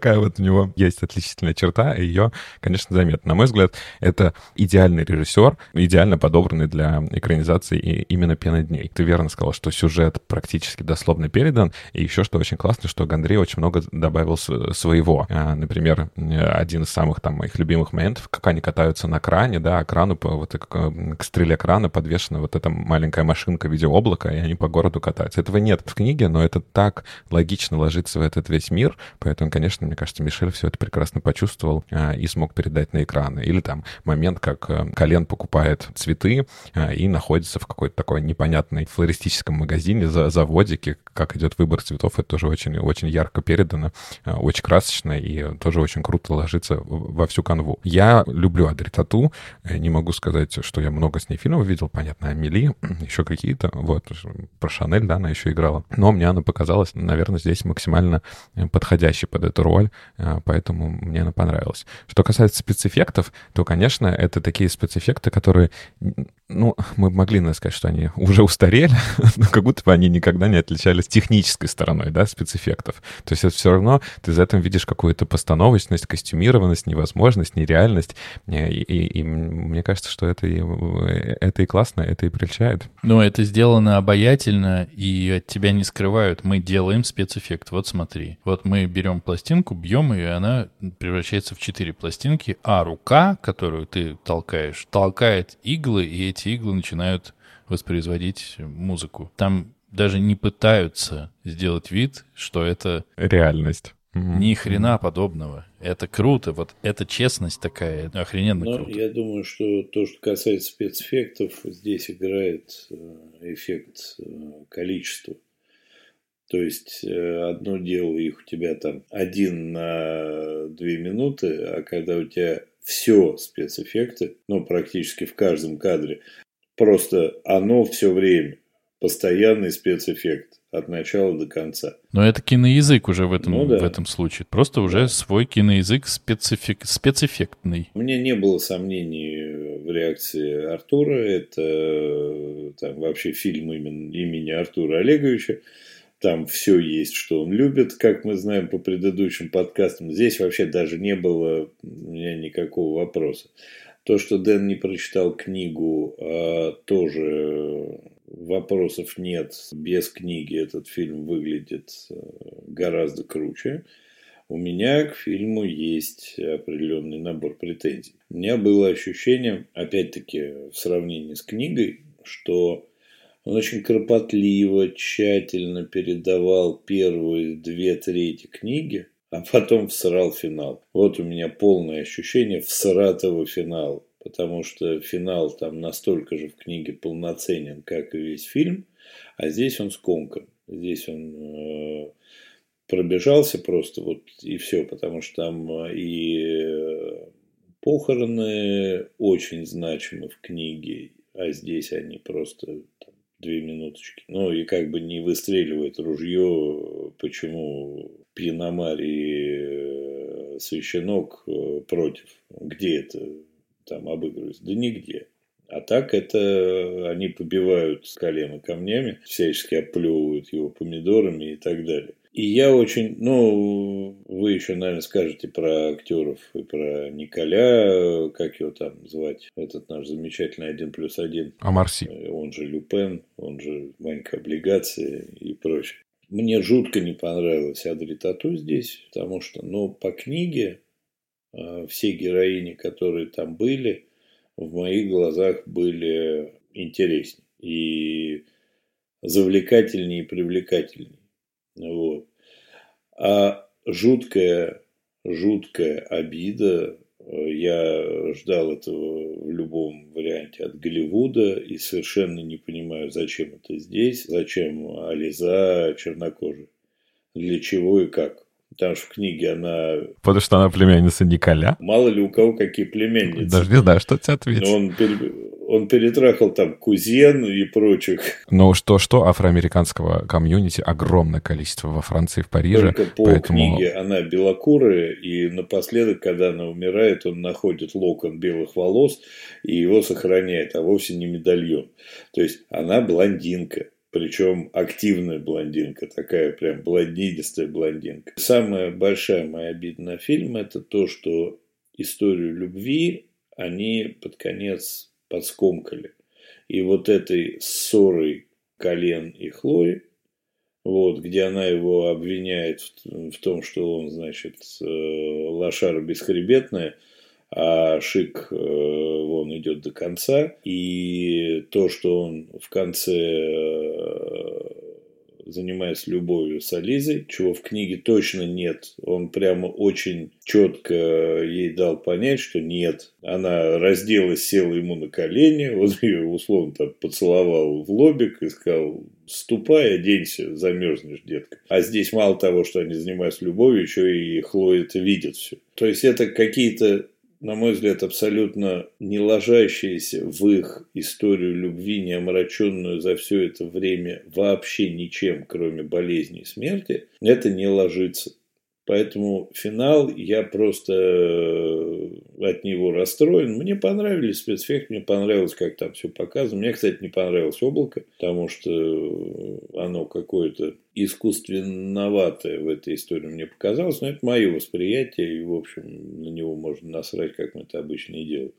[SPEAKER 3] него есть отличительная черта, и ее, конечно, заметно. На мой взгляд, это идеальный режиссер, идеально подобранный для экранизации и именно «Пена дней». Ты верно сказал, что сюжет практически дословно передан, и еще что очень классно, что Гондрей очень много добавил своего. Например, один из самых там моих любимых моментов, как они катаются на кране, да, а крану, вот к стреле крана подвешена вот эта маленькая машинка в виде облака, и они по городу катаются. Этого нет в книге, но это так логично ложится в этот весь мир, поэтому, конечно, мне кажется, Мишель все это прекрасно почувствовал а, и смог передать на экраны. Или там момент, как а, Колен покупает цветы а, и находится в какой-то такой непонятной флористическом магазине, за заводике, как идет выбор цветов, это тоже очень, очень ярко передано, а, очень красочно и тоже очень круто ложится во всю канву. Я люблю Одри Тату, не могу сказать, что я много с ней фильмов видел, понятно, Амели, еще какие-то, вот, про Шанель, да, она еще играла, но мне она показалась, наверное, здесь максимально подходящей под эту роль, поэтому мне она понравилась. Что касается спецэффектов, то, конечно, это такие спецэффекты, которые, ну, мы могли сказать, что они уже устарели, но как будто бы они никогда не отличались технической стороной, да, спецэффектов. То есть это все равно ты за этим видишь какую-то постановочность, костюмированность, невозможность, нереальность, и, и, и мне кажется, что это и, это и классно, это и прельщает.
[SPEAKER 1] Ну, это сделано обаятельно, и от тебя не скрывают. Мы делаем спецэффект. Вот смотри. Вот мы берем пластинку, бьем ее, и она превращается в четыре пластинки, а рука, которую ты толкаешь, толкает иглы, и эти иглы начинают воспроизводить музыку. Там даже не пытаются сделать вид, что это...
[SPEAKER 3] реальность.
[SPEAKER 1] Ни хрена подобного. Это круто. Вот эта честность такая, охрененно
[SPEAKER 2] Но
[SPEAKER 1] круто.
[SPEAKER 2] я думаю, что то, что касается спецэффектов, здесь играет эффект количества. То есть одно дело, их у тебя там один на две минуты, а когда у тебя все спецэффекты, ну, практически в каждом кадре, просто оно все время, постоянный спецэффект от начала до конца.
[SPEAKER 1] Но это киноязык уже в этом,
[SPEAKER 2] ну, да.
[SPEAKER 1] в этом случае. Просто уже да. свой киноязык спецэффек, спецэффектный.
[SPEAKER 2] У меня не было сомнений в реакции Артура. Это там, вообще фильм имени, имени Артура Олеговича. Там все есть, что он любит, как мы знаем по предыдущим подкастам. Здесь вообще даже не было у меня никакого вопроса. То, что Дэн не прочитал книгу, тоже вопросов нет. Без книги этот фильм выглядит гораздо круче. У меня к фильму есть определенный набор претензий. У меня было ощущение, опять-таки, в сравнении с книгой, что он очень кропотливо, тщательно передавал первые две трети книги, а потом всрал финал. Вот у меня полное ощущение всратого финала. Потому что финал там настолько же в книге полноценен, как и весь фильм. А здесь он скомкан. Здесь он э, пробежался просто вот и все. Потому что там и похороны очень значимы в книге. А здесь они просто там, две минуточки. Ну и как бы не выстреливает ружье. Почему Пьяномарь и Священок против? Где это? Там обыгрываются. Да нигде. А так это они побивают с колена камнями, всячески оплевывают его помидорами и так далее. И я очень, ну, вы еще, наверное, скажете про актеров и про Николя, как его там звать, этот наш замечательный один плюс один.
[SPEAKER 3] Омар Си.
[SPEAKER 2] Он же Люпен, он же Ванька Облигации и прочее. Мне жутко не понравилась Одри Тату здесь, потому что, ну, по книге все героини, которые там были, в моих глазах были интереснее и завлекательнее и привлекательнее. Вот. А жуткая, жуткая обида, я ждал этого в любом варианте от Голливуда и совершенно не понимаю, зачем это здесь, зачем Ализа чернокожая, для чего и как. Потому что в книге она...
[SPEAKER 3] Потому что она племянница Николя?
[SPEAKER 2] Мало ли у кого какие племянницы.
[SPEAKER 3] Даже не знаю, что тебе ответить.
[SPEAKER 2] Он, он перетрахал там кузен и прочих.
[SPEAKER 3] Но что-что, афроамериканского комьюнити огромное количество во Франции, в Париже.
[SPEAKER 2] Только по поэтому... книге она белокурая, и напоследок, когда она умирает, он находит локон белых волос и его сохраняет, а вовсе не медальон. То есть она блондинка. Причем активная блондинка, такая прям блондинистая блондинка. Самая большая моя обида на фильм – это то, что историю любви они под конец подскомкали. И вот этой ссорой Колен и Хлои, вот, где она его обвиняет в, в том, что он, значит, лошара бесхребетная, а Шик, он идет до конца. И то, что он в конце занимается любовью с Ализой, чего в книге точно нет. Он прямо очень четко ей дал понять, что нет. Она разделась, села ему на колени, он ее условно там поцеловал в лобик и сказал: ступай, оденься, замерзнешь, детка. А здесь мало того, что они занимаются любовью, еще и Хлоя это видит все. То есть это какие-то, на мой взгляд, абсолютно не ложащиеся в их историю любви, не омраченную за все это время вообще ничем, кроме болезни и смерти, это не ложится. Поэтому финал, я просто от него расстроен. Мне понравились спецэффекты, мне понравилось, как там все показано. Мне, кстати, не понравилось облако, потому что оно какое-то искусственноватое в этой истории мне показалось. Но это мое восприятие, и, в общем, на него можно насрать, как мы это обычно и делаем.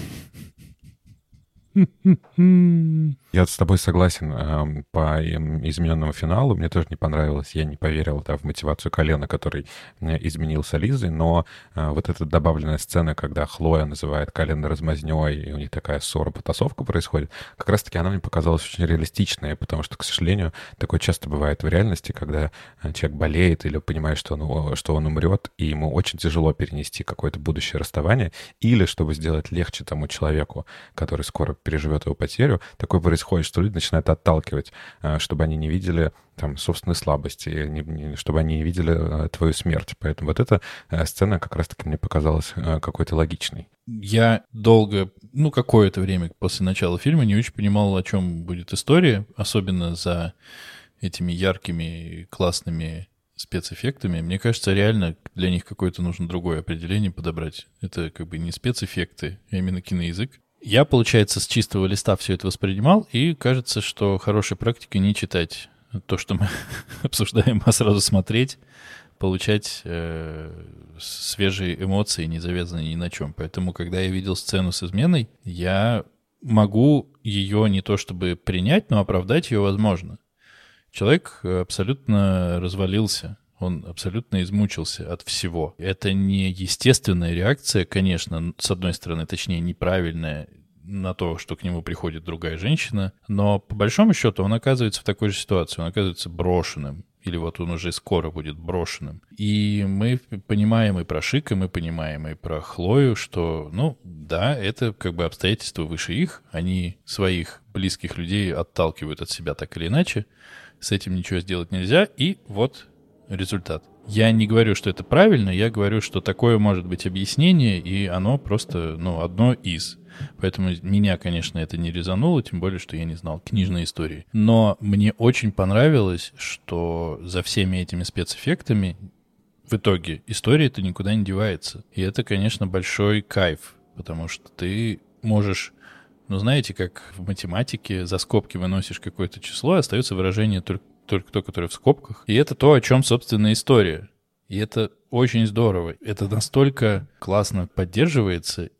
[SPEAKER 3] Я с тобой согласен э, по измененному финалу. Мне тоже не понравилось. Я не поверил да, в мотивацию Колена, который э, изменил с Ализой. Но э, вот эта добавленная сцена, когда Хлоя называет Колена размазнёй, и у них такая ссора, потасовка происходит, как раз-таки она мне показалась очень реалистичной, потому что, к сожалению, такое часто бывает в реальности, когда человек болеет или понимает, что он, что он умрет, и ему очень тяжело перенести какое-то будущее расставание, или, чтобы сделать легче тому человеку, который скоро переживет его потерю, такое происходит, что люди начинают отталкивать, чтобы они не видели там собственной слабости, не, не, чтобы они не видели твою смерть. Поэтому вот эта сцена как раз-таки мне показалась какой-то логичной.
[SPEAKER 1] Я долго, ну, какое-то время после начала фильма не очень понимал, о чем будет история, особенно за этими яркими, классными спецэффектами. Мне кажется, реально для них какое-то нужно другое определение подобрать. Это как бы не спецэффекты, а именно киноязык. Я, получается, с чистого листа все это воспринимал, и кажется, что хорошей практикой не читать то, что мы обсуждаем, а сразу смотреть, получать э, свежие эмоции, не завязанные ни на чем. Поэтому, когда я видел сцену с изменой, я могу ее не то чтобы принять, но оправдать ее возможно. Человек абсолютно развалился. Он абсолютно измучился от всего. Это не естественная реакция, конечно, с одной стороны, точнее, неправильная на то, что к нему приходит другая женщина, но по большому счету он оказывается в такой же ситуации, он оказывается брошенным, или вот он уже скоро будет брошенным. И мы понимаем и про Шика, мы понимаем и про Хлою, что, ну, да, это как бы обстоятельства выше их, они своих близких людей отталкивают от себя так или иначе, с этим ничего сделать нельзя, и вот результат. Я не говорю, что это правильно, я говорю, что такое может быть объяснение, и оно просто, ну, одно из. Поэтому меня, конечно, это не резануло, тем более, что я не знал книжной истории. Но мне очень понравилось, что за всеми этими спецэффектами в итоге история-то никуда не девается. И это, конечно, большой кайф, потому что ты можешь... Ну, знаете, как в математике за скобки выносишь какое-то число, и остается выражение только только то, которое в скобках. И это то, о чем, собственно, история. И это очень здорово. Это настолько классно поддерживается,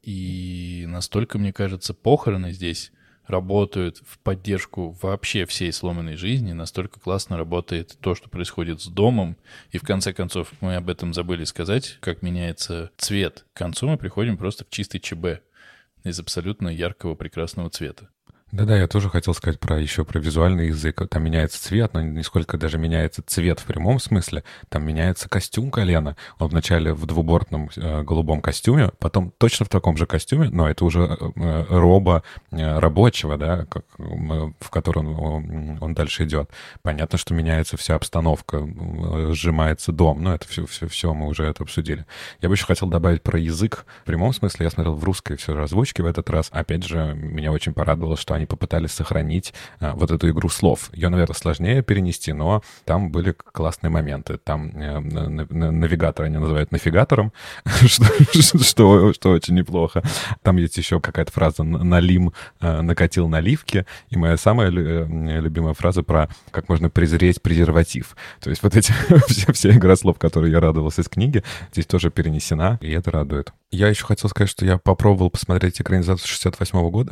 [SPEAKER 1] и настолько, мне кажется, похороны здесь работают в поддержку вообще всей сломанной жизни. Настолько классно работает то, что происходит с домом. И в конце концов, мы об этом забыли сказать, как меняется цвет. К концу мы приходим просто в чистый ЧБ из абсолютно яркого, прекрасного цвета.
[SPEAKER 3] Да-да, я тоже хотел сказать про еще про визуальный язык. Там меняется цвет, но не сколько даже меняется цвет в прямом смысле. Там меняется костюм Колена. Он вначале в двубортном э, голубом костюме, потом точно в таком же костюме, но это уже э, роба э, рабочего, да, как, э, в котором он, он дальше идет. Понятно, что меняется вся обстановка, э, сжимается дом, но это все, все, все мы уже это обсудили. Я бы еще хотел добавить про язык. В прямом смысле я смотрел в русской все озвучке в этот раз. Опять же, меня очень порадовало, что они попытались сохранить а, вот эту игру слов. Ее, наверное, сложнее перенести, но там были классные моменты. Там э, навигатор они называют нафигатором, что, что, что очень неплохо. Там есть еще какая-то фраза «налим э, накатил наливки», и моя самая лю- любимая фраза про как можно презреть презерватив. То есть вот эти все, все игра слов, которые я радовался из книги, здесь тоже перенесена, и это радует. Я еще хотел сказать, что я попробовал посмотреть экранизацию шестьдесят восьмого года.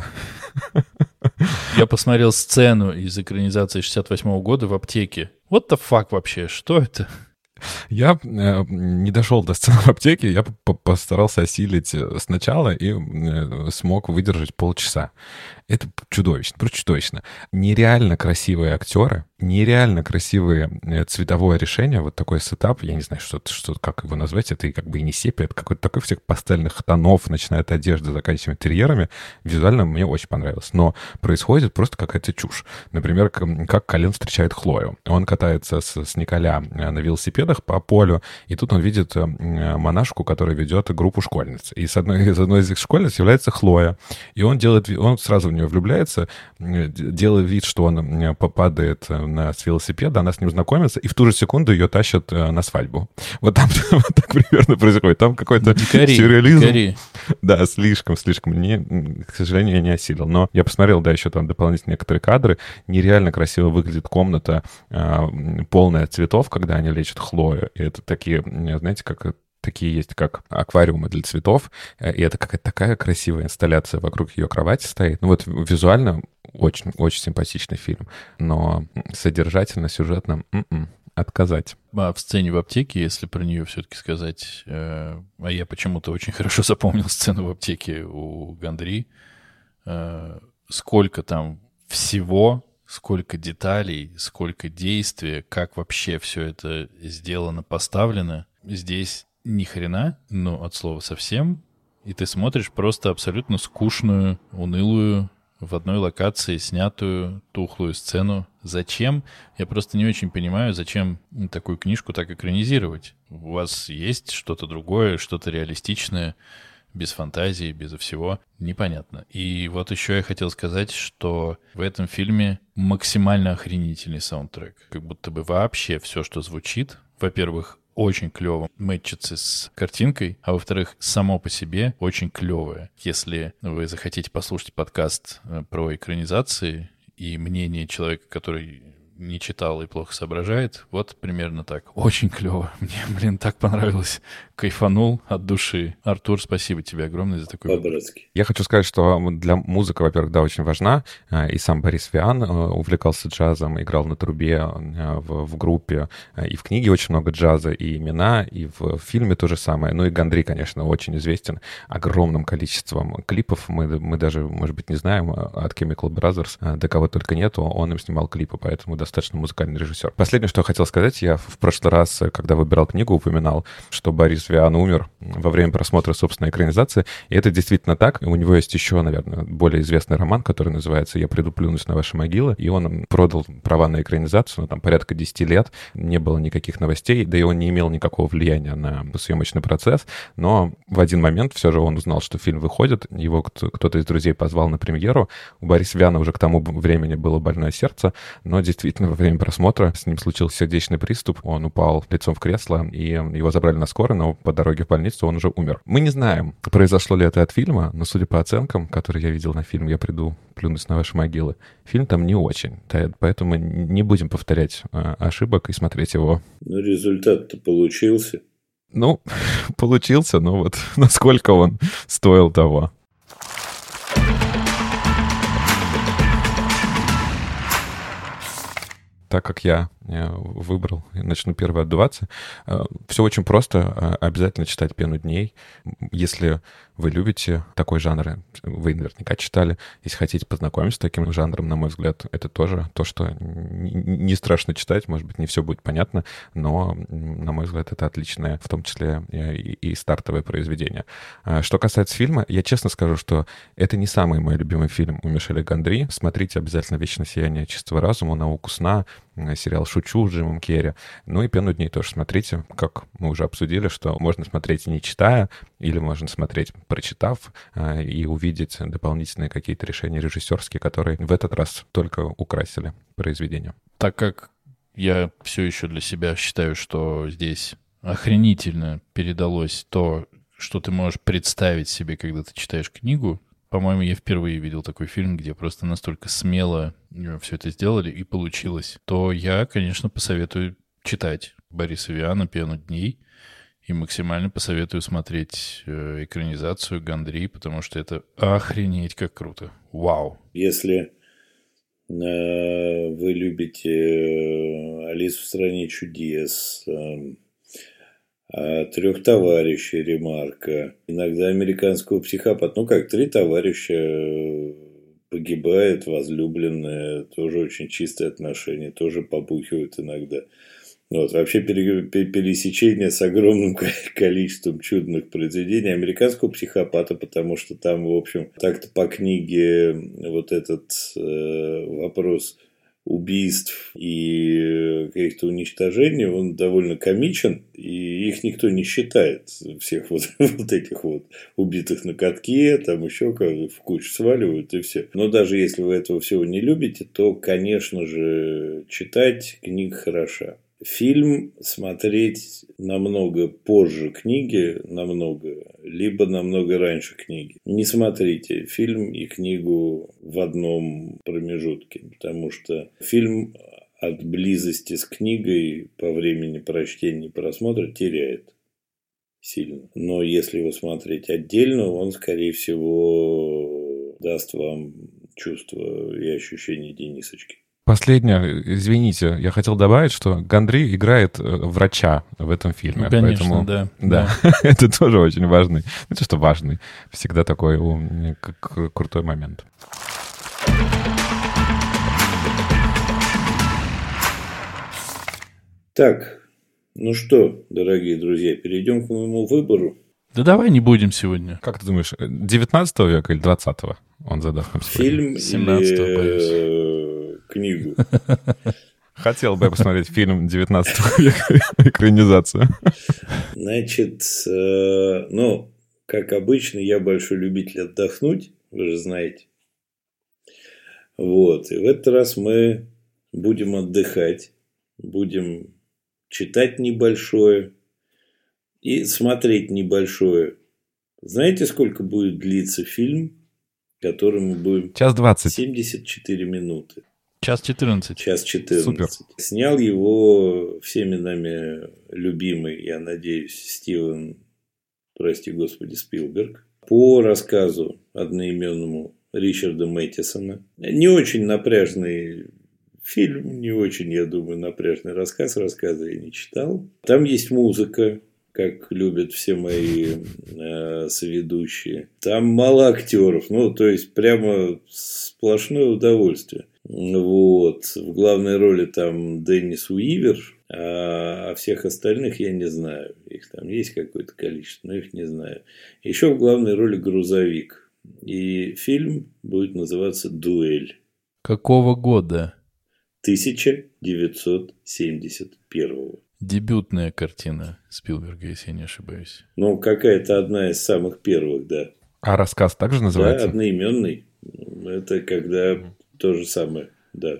[SPEAKER 1] Я посмотрел сцену из экранизации шестьдесят восьмого года в аптеке. What the fuck вообще? Что это?
[SPEAKER 3] Я э, не дошел до сцены в аптеке, я по- постарался осилить сначала и э, смог выдержать полчаса. Это чудовищно, просто чудовищно. Нереально красивые актеры, нереально красивые э, цветовое решение, вот такой сетап, я не знаю, что, что, как его назвать, это как бы и не сепия, это какой-то такой всех пастельных тонов, начиная от одежды, заканчивая интерьерами. Визуально мне очень понравилось, но происходит просто какая-то чушь. Например, как, как Колин встречает Хлою. Он катается с, с Николя на велосипедах по полю, и тут он видит э, монашку, которая ведет группу школьниц. И с одной, из одной из их школьниц является Хлоя. И он делает, он сразу в нее влюбляется, делая вид, что он попадает на, с велосипеда, она с ним знакомится, и в ту же секунду ее тащат на свадьбу. Вот там вот так примерно происходит. Там какой-то
[SPEAKER 1] дикари,
[SPEAKER 3] сюрреализм.
[SPEAKER 1] Дикари.
[SPEAKER 3] Да, слишком, слишком. Мне, к сожалению, я не осилил. Но я посмотрел, да, еще там дополнительные некоторые кадры. Нереально красиво выглядит комната, полная цветов, когда они лечат Хлою. И это такие, знаете, как... Такие есть, как аквариумы для цветов, и это какая-то такая красивая инсталляция вокруг ее кровати стоит. Ну вот визуально очень, очень симпатичный фильм, но содержательно, сюжетно м-м, отказать.
[SPEAKER 1] А в сцене в аптеке, если про нее все-таки сказать, э, а я почему-то очень хорошо запомнил сцену в аптеке у Гондри, э, сколько там всего, сколько деталей, сколько действия, как вообще все это сделано, поставлено. Здесь ни хрена, ну, от слова совсем, и ты смотришь просто абсолютно скучную, унылую, в одной локации снятую, тухлую сцену. Зачем? Я просто не очень понимаю, зачем такую книжку так экранизировать. У вас есть что-то другое, что-то реалистичное, без фантазии, безо всего. Непонятно. И вот еще я хотел сказать, что в этом фильме максимально охренительный саундтрек. Как будто бы вообще все, что звучит, во-первых, очень клево мэтчится с картинкой, а во-вторых, само по себе очень клевое. Если вы захотите послушать подкаст про экранизации и мнение человека, который не читал и плохо соображает, вот примерно так. Очень клево. Мне, блин, так понравилось. Кайфанул от души. Артур, спасибо тебе огромное за такой...
[SPEAKER 2] По-братски.
[SPEAKER 3] Я хочу сказать, что для музыка, во-первых, да, очень важна. И сам Борис Виан увлекался джазом, играл на трубе в, в группе. И в книге очень много джаза и имена, и в фильме то же самое. Ну и Гондри, конечно, очень известен огромным количеством клипов. Мы, мы даже, может быть, не знаем от Chemical Brothers, до кого только нету, он им снимал клипы, поэтому достаточно музыкальный режиссер. Последнее, что я хотел сказать, я в прошлый раз, когда выбирал книгу, упоминал, что Борис Виан умер во время просмотра собственной экранизации, и это действительно так. У него есть еще, наверное, более известный роман, который называется «Я приду плюнуть на ваши могилы», и он продал права на экранизацию, ну, там, порядка десять лет, не было никаких новостей, да и он не имел никакого влияния на съемочный процесс, но в один момент все же он узнал, что фильм выходит, его кто-то из друзей позвал на премьеру, у Бориса Виана уже к тому времени было больное сердце, но действительно во время просмотра с ним случился сердечный приступ, он упал лицом в кресло, и его забрали на скорой, но по дороге в больницу он уже умер. Мы не знаем, произошло ли это от фильма, но судя по оценкам, которые я видел на фильм «Я приду плюнуть на ваши могилы», фильм там не очень, поэтому не будем повторять ошибок и смотреть его.
[SPEAKER 2] Ну, результат-то получился.
[SPEAKER 3] Ну, получился, но вот насколько он стоил того. Так как я выбрал, начну первый отдуваться. Все очень просто. Обязательно читать «Пену дней». Если вы любите такой жанр, вы наверняка читали. Если хотите познакомиться с таким жанром, на мой взгляд, это тоже то, что не страшно читать. Может быть, не все будет понятно, но, на мой взгляд, это отличное, в том числе и стартовое произведение. Что касается фильма, я честно скажу, что это не самый мой любимый фильм у Мишеля Гондри. Смотрите обязательно «Вечное сияние чистого разума», «Науку сна», сериал «Шучу» с Джимом Керри. Ну и «Пену дней» тоже смотрите. Как мы уже обсудили, что можно смотреть не читая, или можно смотреть, прочитав, и увидеть дополнительные какие-то решения режиссерские, которые в этот раз только украсили произведение.
[SPEAKER 1] Так как я все еще для себя считаю, что здесь охренительно передалось то, что ты можешь представить себе, когда ты читаешь книгу. По-моему, я впервые видел такой фильм, где просто настолько смело все это сделали и получилось. То я, конечно, посоветую читать Бориса Виана «Пену дней» и максимально посоветую смотреть э, экранизацию «Гондри», потому что это охренеть как круто. Вау!
[SPEAKER 2] Если э, вы любите э, «Алису в стране чудес», э, «Трех товарищей» Ремарка, иногда «Американского психопата». Ну как, три товарища погибает, возлюбленная, тоже очень чистые отношения, тоже побухивают иногда. Вот, вообще пересечение с огромным количеством чудных произведений «Американского психопата», потому что там, в общем, так-то по книге вот этот э, вопрос убийств и каких-то уничтожений, он довольно комичен, и их никто не считает, всех вот, вот этих вот убитых на катке, там еще как в кучу сваливают и все. Но даже если вы этого всего не любите, то, конечно же, читать книг хороша. Фильм смотреть намного позже книги, намного, либо намного раньше книги. Не смотрите фильм и книгу в одном промежутке, потому что фильм от близости с книгой по времени прочтения и просмотра теряет сильно. Но если его смотреть отдельно, он, скорее всего, даст вам чувство и ощущение Денисочки.
[SPEAKER 3] Последнее, извините, я хотел добавить, что Гондри играет врача в этом фильме.
[SPEAKER 1] Ну, конечно,
[SPEAKER 3] поэтому,
[SPEAKER 1] да.
[SPEAKER 3] Да, да. Это тоже очень важный, ну, то, что важный, всегда такой как, крутой момент.
[SPEAKER 2] Так, ну что, дорогие друзья, перейдем к моему выбору.
[SPEAKER 1] Да давай не будем сегодня.
[SPEAKER 3] Как ты думаешь, девятнадцатого века или двадцатого он задаст нам сегодня?
[SPEAKER 2] Фильм
[SPEAKER 1] семнадцатого,
[SPEAKER 2] или
[SPEAKER 1] боюсь.
[SPEAKER 2] Книгу?
[SPEAKER 3] Хотел бы я посмотреть фильм девятнадцатого века, экранизацию.
[SPEAKER 2] Значит, ну, как обычно, я большой любитель отдохнуть, вы же знаете. Вот, и в этот раз мы будем отдыхать, будем читать небольшое и смотреть небольшое. Знаете, сколько будет длиться фильм, который мы будем...
[SPEAKER 3] Час двадцать.
[SPEAKER 2] семьдесят четыре минуты.
[SPEAKER 1] Час четырнадцать.
[SPEAKER 2] Час четырнадцать.
[SPEAKER 3] Супер.
[SPEAKER 2] Снял его всеми нами любимый, я надеюсь, Стивен, прости господи, Спилберг. По рассказу одноименному Ричарда Мэттисона. Не очень напряжный фильм, не очень, я думаю, напряжный рассказ. Рассказа я не читал. Там есть музыка, как любят все мои э, соведущие. Там мало актеров. Ну, то есть, прямо сплошное удовольствие. Вот. В главной роли там Деннис Уивер, а всех остальных я не знаю. Их там есть какое-то количество, но их не знаю. Еще в главной роли грузовик. И фильм будет называться «Дуэль».
[SPEAKER 1] Какого года?
[SPEAKER 2] тысяча девятьсот семьдесят первого.
[SPEAKER 1] Дебютная картина Спилберга, если я не ошибаюсь.
[SPEAKER 2] Ну, какая-то одна из самых первых, да.
[SPEAKER 3] А рассказ также называется?
[SPEAKER 2] Да, одноименный. Это когда mm-hmm. то же самое, да.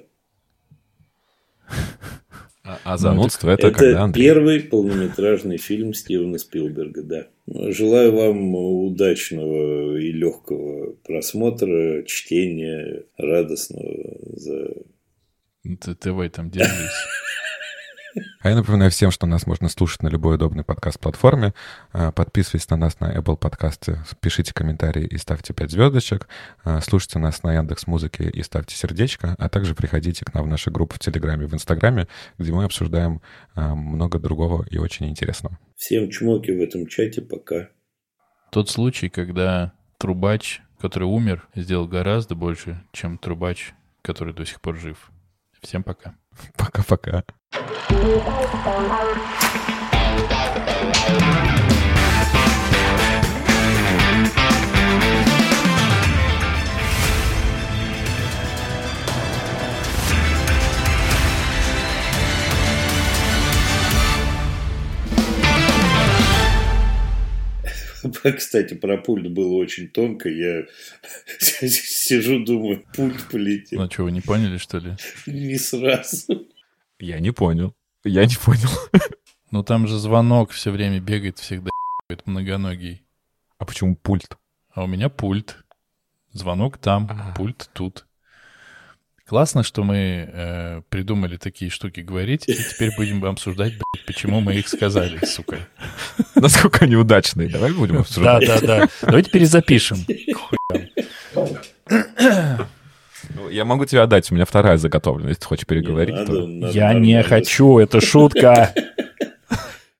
[SPEAKER 3] А, а занудство это,
[SPEAKER 2] это
[SPEAKER 3] когда Андрей...
[SPEAKER 2] первый полнометражный фильм Стивена Спилберга, да. Желаю вам удачного и легкого просмотра, чтения, радостного. За...
[SPEAKER 1] Ты, ты в этом держись.
[SPEAKER 3] А я напоминаю всем, что нас можно слушать на любой удобной подкаст-платформе. Подписывайтесь на нас на Apple подкасты, пишите комментарии и ставьте пять звездочек. Слушайте нас на Яндекс.Музыке и ставьте сердечко. А также приходите к нам в наши группы в Телеграме и в Инстаграме, где мы обсуждаем много другого и очень интересного.
[SPEAKER 2] Всем чмоки в этом чате. Пока.
[SPEAKER 1] Тот случай, когда трубач, который умер, сделал гораздо больше, чем трубач, который до сих пор жив. Всем пока.
[SPEAKER 3] Пока-пока.
[SPEAKER 2] Кстати, про пульт было очень тонко. Я сижу, думаю, пульт полетел.
[SPEAKER 1] Ну что, вы не поняли, что ли?
[SPEAKER 2] Не сразу.
[SPEAKER 3] Я не понял. Я не понял.
[SPEAKER 1] Ну там же звонок все время бегает, всегда многоногий.
[SPEAKER 3] А почему пульт?
[SPEAKER 1] А у меня пульт. Звонок там,
[SPEAKER 3] А.
[SPEAKER 1] пульт тут. Классно, что мы э, придумали такие штуки говорить, и теперь будем обсуждать, блядь, почему мы их сказали, сука.
[SPEAKER 3] Насколько они удачные. Давай будем обсуждать.
[SPEAKER 1] Да, да, да. Давайте перезапишем.
[SPEAKER 3] Ну, я могу тебе отдать, у меня вторая заготовлена, если ты хочешь переговорить.
[SPEAKER 2] Не
[SPEAKER 3] то...
[SPEAKER 2] надо, надо
[SPEAKER 1] Я не
[SPEAKER 2] нормально.
[SPEAKER 1] хочу, это шутка.